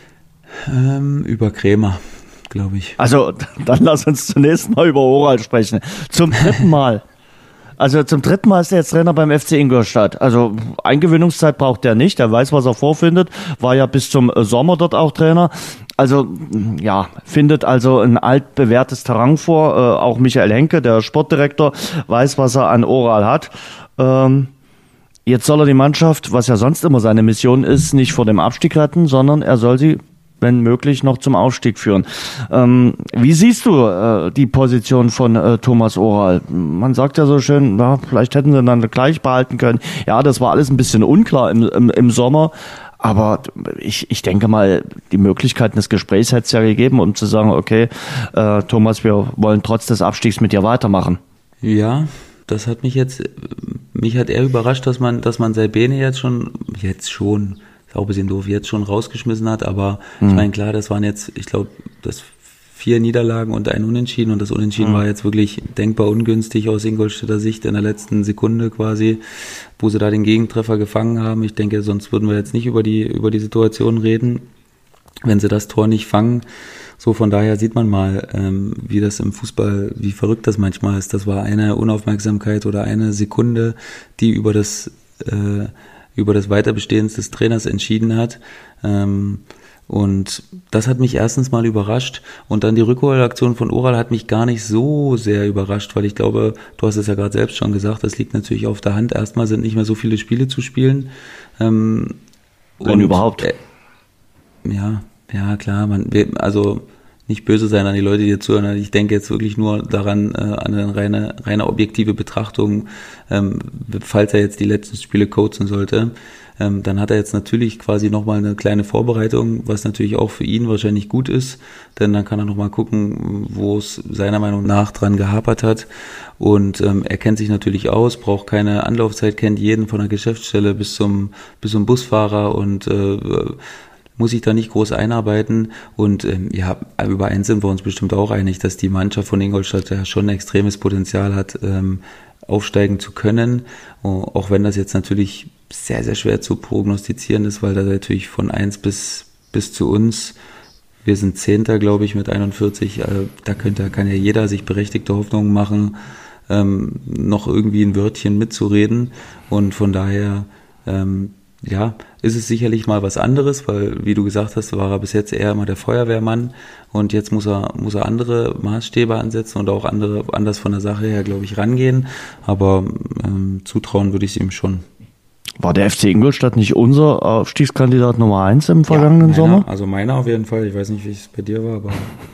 C: Ähm, über Krämer, glaube ich.
B: Also, dann lass uns zunächst mal über Oral sprechen. Zum dritten Mal. Also zum dritten Mal ist er jetzt Trainer beim F C Ingolstadt. Also Eingewöhnungszeit braucht er nicht. Er weiß, was er vorfindet. War ja bis zum Sommer dort auch Trainer. Also ja, findet also ein altbewährtes Terrain vor. Äh, auch Michael Henke, der Sportdirektor, weiß, was er an Oral hat. Ähm, jetzt soll er die Mannschaft, was ja sonst immer seine Mission ist, nicht vor dem Abstieg retten, sondern er soll sie wenn möglich, noch zum Aufstieg führen. Ähm, wie siehst du äh, die Position von äh, Thomas Oral? Man sagt ja so schön, na, vielleicht hätten sie dann gleich behalten können. Ja, das war alles ein bisschen unklar im, im, im Sommer. Aber ich, ich denke mal, die Möglichkeiten des Gesprächs hätte es ja gegeben, um zu sagen, okay, äh, Thomas, wir wollen trotz des Abstiegs mit dir weitermachen.
C: Ja, das hat mich jetzt, mich hat eher überrascht, dass man, dass man Saibene jetzt schon, jetzt schon, ist auch ein bisschen doof, jetzt schon rausgeschmissen hat, aber mhm. ich meine, klar, das waren jetzt, ich glaube, das vier Niederlagen und ein Unentschieden und das Unentschieden mhm. war jetzt wirklich denkbar ungünstig aus Ingolstädter Sicht in der letzten Sekunde quasi, wo sie da den Gegentreffer gefangen haben. Ich denke, sonst würden wir jetzt nicht über die, über die Situation reden, wenn sie das Tor nicht fangen. So, von daher sieht man mal, ähm, wie das im Fußball, wie verrückt das manchmal ist. Das war eine Unaufmerksamkeit oder eine Sekunde, die über das, äh, über das Weiterbestehen des Trainers entschieden hat. Ähm, und das hat mich erstens mal überrascht. Und dann die Rückholaktion von Oral hat mich gar nicht so sehr überrascht, weil ich glaube, du hast es ja gerade selbst schon gesagt, das liegt natürlich auf der Hand. Erstmal sind nicht mehr so viele Spiele zu spielen. Ähm,
B: Wenn und, überhaupt.
C: Äh, ja, ja, klar, man, also nicht böse sein an die Leute, die hier zuhören. Ich denke jetzt wirklich nur daran, äh, an eine reine, reine objektive Betrachtung, ähm, falls er jetzt die letzten Spiele coachen sollte, ähm, dann hat er jetzt natürlich quasi nochmal eine kleine Vorbereitung, was natürlich auch für ihn wahrscheinlich gut ist, denn dann kann er nochmal gucken, wo es seiner Meinung nach dran gehapert hat. Und ähm, er kennt sich natürlich aus, braucht keine Anlaufzeit, kennt jeden von der Geschäftsstelle bis zum, bis zum Busfahrer und äh, muss sich da nicht groß einarbeiten und ähm, ja, über eins sind wir uns bestimmt auch einig, dass die Mannschaft von Ingolstadt ja schon ein extremes Potenzial hat, ähm, aufsteigen zu können, auch wenn das jetzt natürlich sehr, sehr schwer zu prognostizieren ist, weil da natürlich von eins bis, bis zu uns, wir sind Zehnter, glaube ich, mit einundvierzig, äh, da könnte, kann ja jeder sich berechtigte Hoffnungen machen, ähm, noch irgendwie ein Wörtchen mitzureden und von daher ähm, ja, ist es sicherlich mal was anderes, weil, wie du gesagt hast, war er bis jetzt eher immer der Feuerwehrmann und jetzt muss er, muss er andere Maßstäbe ansetzen und auch andere, anders von der Sache her, glaube ich, rangehen, aber ähm, zutrauen würde ich es ihm schon.
B: War der F C Ingolstadt nicht unser Aufstiegskandidat Nummer eins im vergangenen
C: ja,
B: meiner,
C: Sommer? Also meiner auf jeden Fall, ich weiß nicht, wie es bei dir war, aber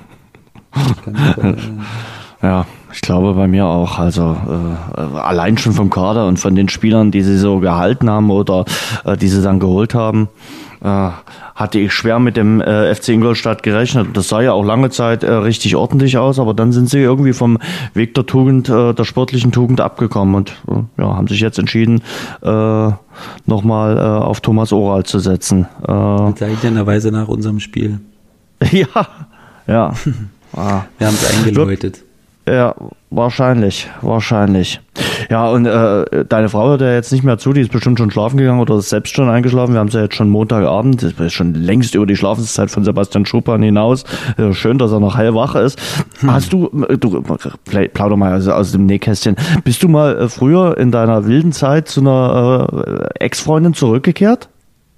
C: ich kann nicht bei, äh,
B: ja, ich glaube bei mir auch. Also äh, allein schon vom Kader und von den Spielern, die sie so gehalten haben oder äh, die sie dann geholt haben, äh, hatte ich schwer mit dem äh, F C Ingolstadt gerechnet. Das sah ja auch lange Zeit äh, richtig ordentlich aus, aber dann sind sie irgendwie vom Weg der Tugend, äh, der sportlichen Tugend abgekommen und äh, ja, haben sich jetzt entschieden, äh, nochmal äh, auf Thomas Oral zu setzen. Äh,
C: Bezeichnenderweise nach unserem Spiel.
B: ja, ja.
C: ah. Wir haben es eingeläutet.
B: Ja, wahrscheinlich, wahrscheinlich. Ja, und äh, deine Frau hört ja jetzt nicht mehr zu, die ist bestimmt schon schlafen gegangen oder ist selbst schon eingeschlafen. Wir haben sie ja jetzt schon Montagabend, das ist schon längst über die Schlafenszeit von Sebastian Schupan hinaus. Ja, schön, dass er noch hellwach ist. Hm. Hast du, du, plauder mal also aus dem Nähkästchen, bist du mal äh, früher in deiner wilden Zeit zu einer äh, Ex-Freundin zurückgekehrt?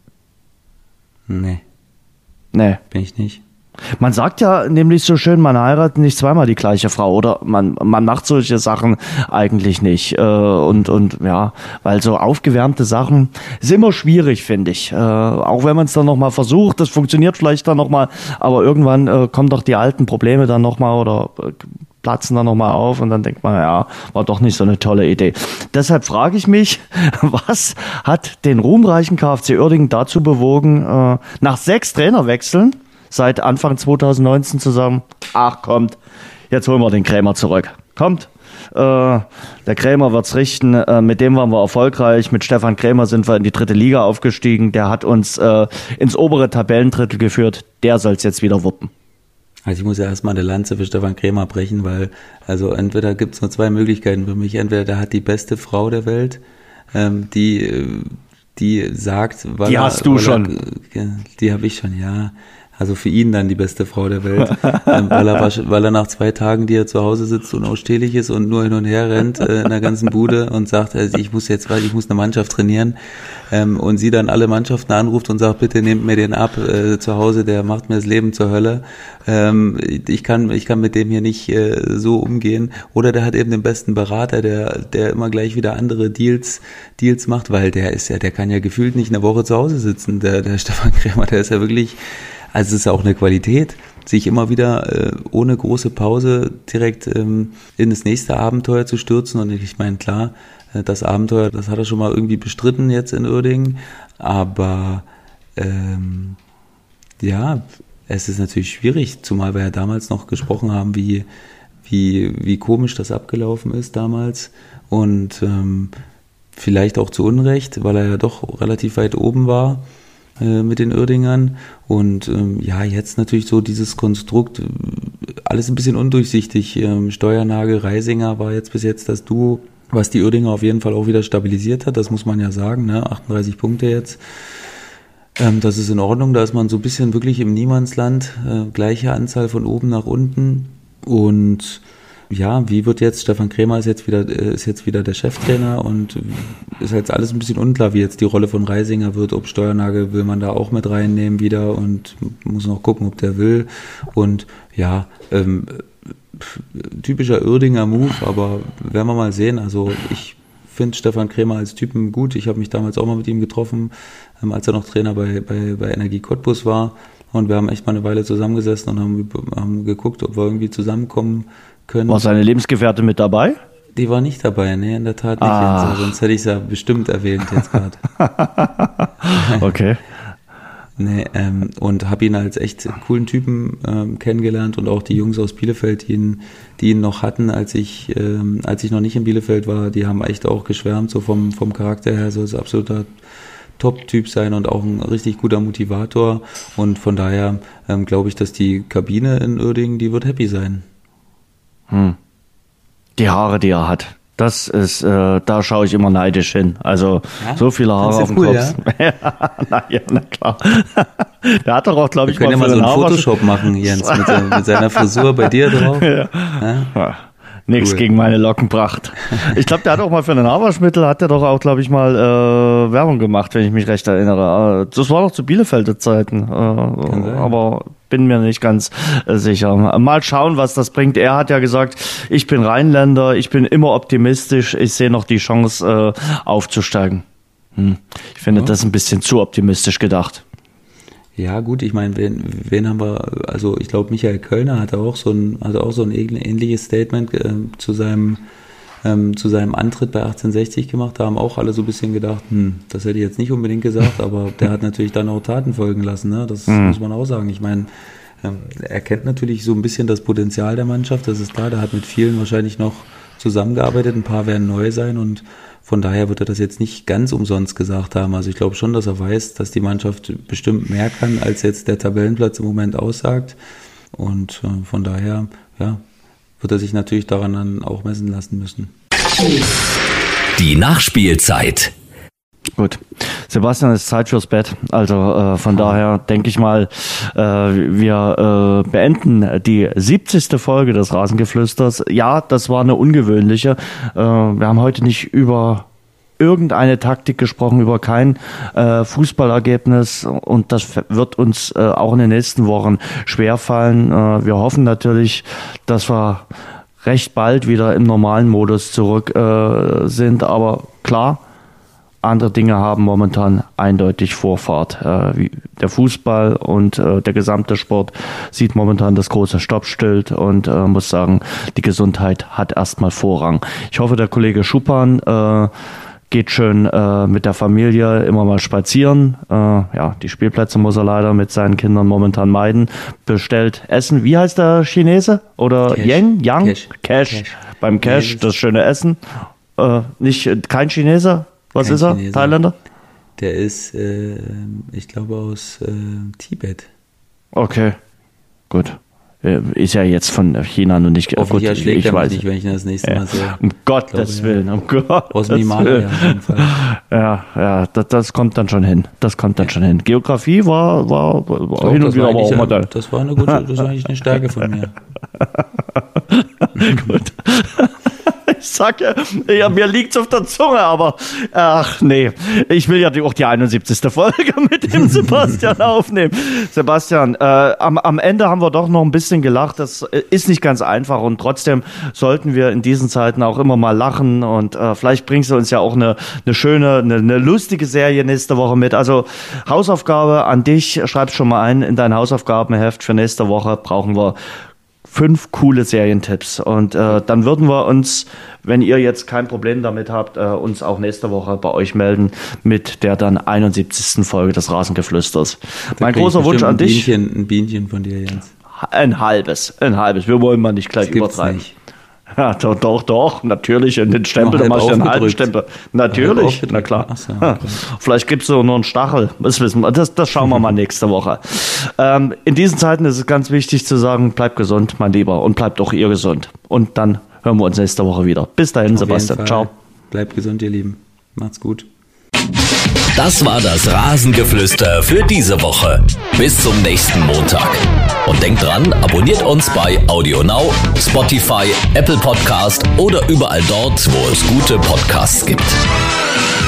C: Nee.
B: Nee.
C: Bin ich nicht.
B: Man sagt ja nämlich so schön, man heiratet nicht zweimal die gleiche Frau oder man man macht solche Sachen eigentlich nicht und und ja, weil so aufgewärmte Sachen ist immer schwierig, finde ich. Auch wenn man es dann nochmal versucht, das funktioniert vielleicht dann nochmal, aber irgendwann kommen doch die alten Probleme dann nochmal oder platzen dann nochmal auf und dann denkt man, ja, war doch nicht so eine tolle Idee. Deshalb frage ich mich, was hat den ruhmreichen K F C Uerdingen dazu bewogen, nach sechs Trainerwechseln seit Anfang zwanzig neunzehn zusammen, ach kommt, jetzt holen wir den Krämer zurück. Kommt, äh, der Krämer wird's richten, äh, mit dem waren wir erfolgreich, mit Stefan Krämer sind wir in die dritte Liga aufgestiegen, der hat uns äh, ins obere Tabellendrittel geführt, der soll's jetzt wieder wuppen.
C: Also ich muss ja erstmal eine Lanze für Stefan Krämer brechen, weil also entweder gibt's nur zwei Möglichkeiten für mich, entweder der hat die beste Frau der Welt, ähm, die die sagt, weil
B: die hast
C: er,
B: du
C: weil
B: schon,
C: er, die habe ich schon, ja. Also für ihn dann die beste Frau der Welt, ähm, weil, er, weil er nach zwei Tagen, die er zu Hause sitzt, unausstehlich ist und nur hin und her rennt äh, in der ganzen Bude und sagt, also ich muss jetzt, weil ich muss eine Mannschaft trainieren ähm, und sie dann alle Mannschaften anruft und sagt, bitte nehmt mir den ab äh, zu Hause, der macht mir das Leben zur Hölle. Ähm, ich kann ich kann mit dem hier nicht äh, so umgehen. Oder der hat eben den besten Berater, der der immer gleich wieder andere Deals Deals macht, weil der ist ja, der kann ja gefühlt nicht eine Woche zu Hause sitzen, der der Stefan Krämer, der ist ja wirklich. Also es ist auch eine Qualität, sich immer wieder äh, ohne große Pause direkt ähm, in das nächste Abenteuer zu stürzen. Und ich meine, klar, äh, das Abenteuer, das hat er schon mal irgendwie bestritten jetzt in Uerdingen. Aber ähm, ja, es ist natürlich schwierig, zumal wir ja damals noch gesprochen haben, wie, wie, wie komisch das abgelaufen ist damals. Und ähm, vielleicht auch zu Unrecht, weil er ja doch relativ weit oben war mit den Uerdingern und ähm, ja, jetzt natürlich so dieses Konstrukt, alles ein bisschen undurchsichtig. Ähm, Steuernagel, Reisinger war jetzt bis jetzt das Duo, was die Uerdinger auf jeden Fall auch wieder stabilisiert hat, das muss man ja sagen, ne? achtunddreißig Punkte jetzt. Ähm, das ist in Ordnung, da ist man so ein bisschen wirklich im Niemandsland, äh, gleiche Anzahl von oben nach unten und ja, wie wird jetzt, Stefan Krämer ist jetzt wieder, ist jetzt wieder der Cheftrainer und ist jetzt alles ein bisschen unklar, wie jetzt die Rolle von Reisinger wird, ob Steuernagel will man da auch mit reinnehmen wieder und muss noch gucken, ob der will und ja, ähm, typischer Uerdinger Move, aber werden wir mal sehen, also ich finde Stefan Krämer als Typen gut, ich habe mich damals auch mal mit ihm getroffen, ähm, als er noch Trainer bei, bei, bei Energie Cottbus war und wir haben echt mal eine Weile zusammengesessen und haben, haben geguckt, ob wir irgendwie zusammenkommen können.
B: War seine Lebensgefährtin mit dabei?
C: Die war nicht dabei, nee, in der Tat nicht.
B: Ah.
C: Also, sonst hätte ich es ja bestimmt erwähnt jetzt gerade.
B: Okay.
C: Nee, ähm, und habe ihn als echt coolen Typen ähm, kennengelernt und auch die Jungs aus Bielefeld, die ihn, die ihn noch hatten, als ich, ähm, als ich noch nicht in Bielefeld war, die haben echt auch geschwärmt, so vom, vom Charakter her, so ist absoluter Top-Typ sein und auch ein richtig guter Motivator und von daher ähm, glaube ich, dass die Kabine in Uerdingen, die wird happy sein.
B: Hm. Die Haare, die er hat, das ist, äh, da schaue ich immer neidisch hin. Also ja? so viele Haare auf dem
C: cool,
B: Kopf. Ja? na, ja, na klar. Der hat doch auch, glaube ich,
C: Wir können
B: mal
C: ja mal so einen Photoshop machen, Jens, mit, mit seiner Frisur bei dir drauf. Ja.
B: Ja? Nichts
C: Cool.
B: gegen meine Lockenpracht. Ich glaube, der hat auch mal für einen Haarwaschmittel, hat der doch auch, glaube ich, mal äh, Werbung gemacht, wenn ich mich recht erinnere. Das war doch zu Bielefelder Zeiten. Äh, aber bin mir nicht ganz äh, sicher. Mal schauen, was das bringt. Er hat ja gesagt, ich bin Rheinländer, ich bin immer optimistisch, ich sehe noch die Chance äh, aufzusteigen. Hm. Ich finde, ja. das ist ein bisschen zu optimistisch gedacht.
C: Ja gut, ich meine, wen, wen haben wir, also ich glaube Michael Kölner hatte auch so ein, also auch so ein ähnliches Statement äh, zu seinem ähm, zu seinem Antritt bei achtzehnhundertsechzig gemacht. Da haben auch alle so ein bisschen gedacht, hm, das hätte ich jetzt nicht unbedingt gesagt, aber der hat natürlich dann auch Taten folgen lassen, ne? Das mhm. muss man auch sagen. Ich meine, ähm, er kennt natürlich so ein bisschen das Potenzial der Mannschaft, das ist klar, der hat mit vielen wahrscheinlich noch zusammengearbeitet, ein paar werden neu sein und von daher wird er das jetzt nicht ganz umsonst gesagt haben. Also ich glaube schon, dass er weiß, dass die Mannschaft bestimmt mehr kann, als jetzt der Tabellenplatz im Moment aussagt. Und äh, von daher, ja, wird er sich natürlich daran dann auch messen lassen müssen.
A: Die Nachspielzeit.
B: Gut. Sebastian, es ist Zeit fürs Bett. Also äh, von oh. daher denke ich mal, äh, wir äh, beenden die siebzigste Folge des Rasengeflüsters. Ja, das war eine ungewöhnliche. Äh, wir haben heute nicht über irgendeine Taktik gesprochen, über kein äh, Fußballergebnis und das wird uns äh, auch in den nächsten Wochen schwerfallen. Äh, wir hoffen natürlich, dass wir recht bald wieder im normalen Modus zurück äh, sind, aber klar, andere Dinge haben momentan eindeutig Vorfahrt. Äh, wie der Fußball und äh, der gesamte Sport sieht momentan das große Stoppschild und äh, muss sagen, die Gesundheit hat erstmal Vorrang. Ich hoffe, der Kollege Schuppan äh, geht schön äh, mit der Familie immer mal spazieren. Äh, ja, die Spielplätze muss er leider mit seinen Kindern momentan meiden. Bestellt Essen. Wie heißt der Chinese? Oder
C: Cash.
B: Yen? Yang?
C: Cash.
B: Cash. Cash. Beim Cash, das schöne Essen. Äh, nicht, kein Chinese? Was Kein ist er? Chinese. Thailänder?
C: Der ist, äh, ich glaube, aus äh, Tibet.
B: Okay, gut. Ist ja jetzt von China noch nicht...
C: Hoffentlich
B: gut,
C: erschlägt
B: ich
C: er
B: weiß
C: mich nicht, wenn ich ihn das nächste
B: ja.
C: Mal sehe.
B: Um Gottes Willen, ja. um Gottes
C: Aus dem Himalaya auf jeden Fall.
B: Ja, ja, das, das kommt dann schon hin. Das kommt dann ja. schon hin. Geografie war, war, war
C: Doch,
B: hin und wieder aber auch mal da.
C: Das war eine gute, das war eigentlich eine Stärke von mir.
B: Gut. Ich sag ja, ja, mir liegt's auf der Zunge, aber ach nee, ich will ja auch die einundsiebzigste Folge mit dem Sebastian aufnehmen. Sebastian, äh, am, am Ende haben wir doch noch ein bisschen gelacht. Das ist nicht ganz einfach und trotzdem sollten wir in diesen Zeiten auch immer mal lachen und äh, vielleicht bringst du uns ja auch eine, eine schöne, eine, eine lustige Serie nächste Woche mit. Also Hausaufgabe an dich, schreib schon mal ein in dein Hausaufgabenheft für nächste Woche brauchen wir fünf coole Serientipps und äh, dann würden wir uns, wenn ihr jetzt kein Problem damit habt, äh, uns auch nächste Woche bei euch melden mit der dann einundsiebzigsten Folge des Rasengeflüsters. Da mein großer Wunsch an
C: ein
B: dich.
C: Bienchen, ein Bienchen von dir, Jens.
B: Ein halbes, ein halbes. Wir wollen mal nicht gleich
C: das
B: übertreiben.
C: Nicht.
B: Ja, doch, doch, doch, natürlich. In den Stempel, da machst du einen halben Stempel. Natürlich, na klar. So, okay. Vielleicht gibt's so noch einen Stachel. Das wissen wir. Das, das schauen wir mal nächste Woche. Ähm, in diesen Zeiten ist es ganz wichtig zu sagen, bleibt gesund, mein Lieber. Und bleibt auch ihr gesund. Und dann hören wir uns nächste Woche wieder. Bis dahin, Auf Sebastian. Ciao.
C: Bleibt gesund, ihr Lieben. Macht's gut.
A: Das war das Rasengeflüster für diese Woche. Bis zum nächsten Montag. Und denkt dran, abonniert uns bei AudioNow, Spotify, Apple Podcast oder überall dort, wo es gute Podcasts gibt.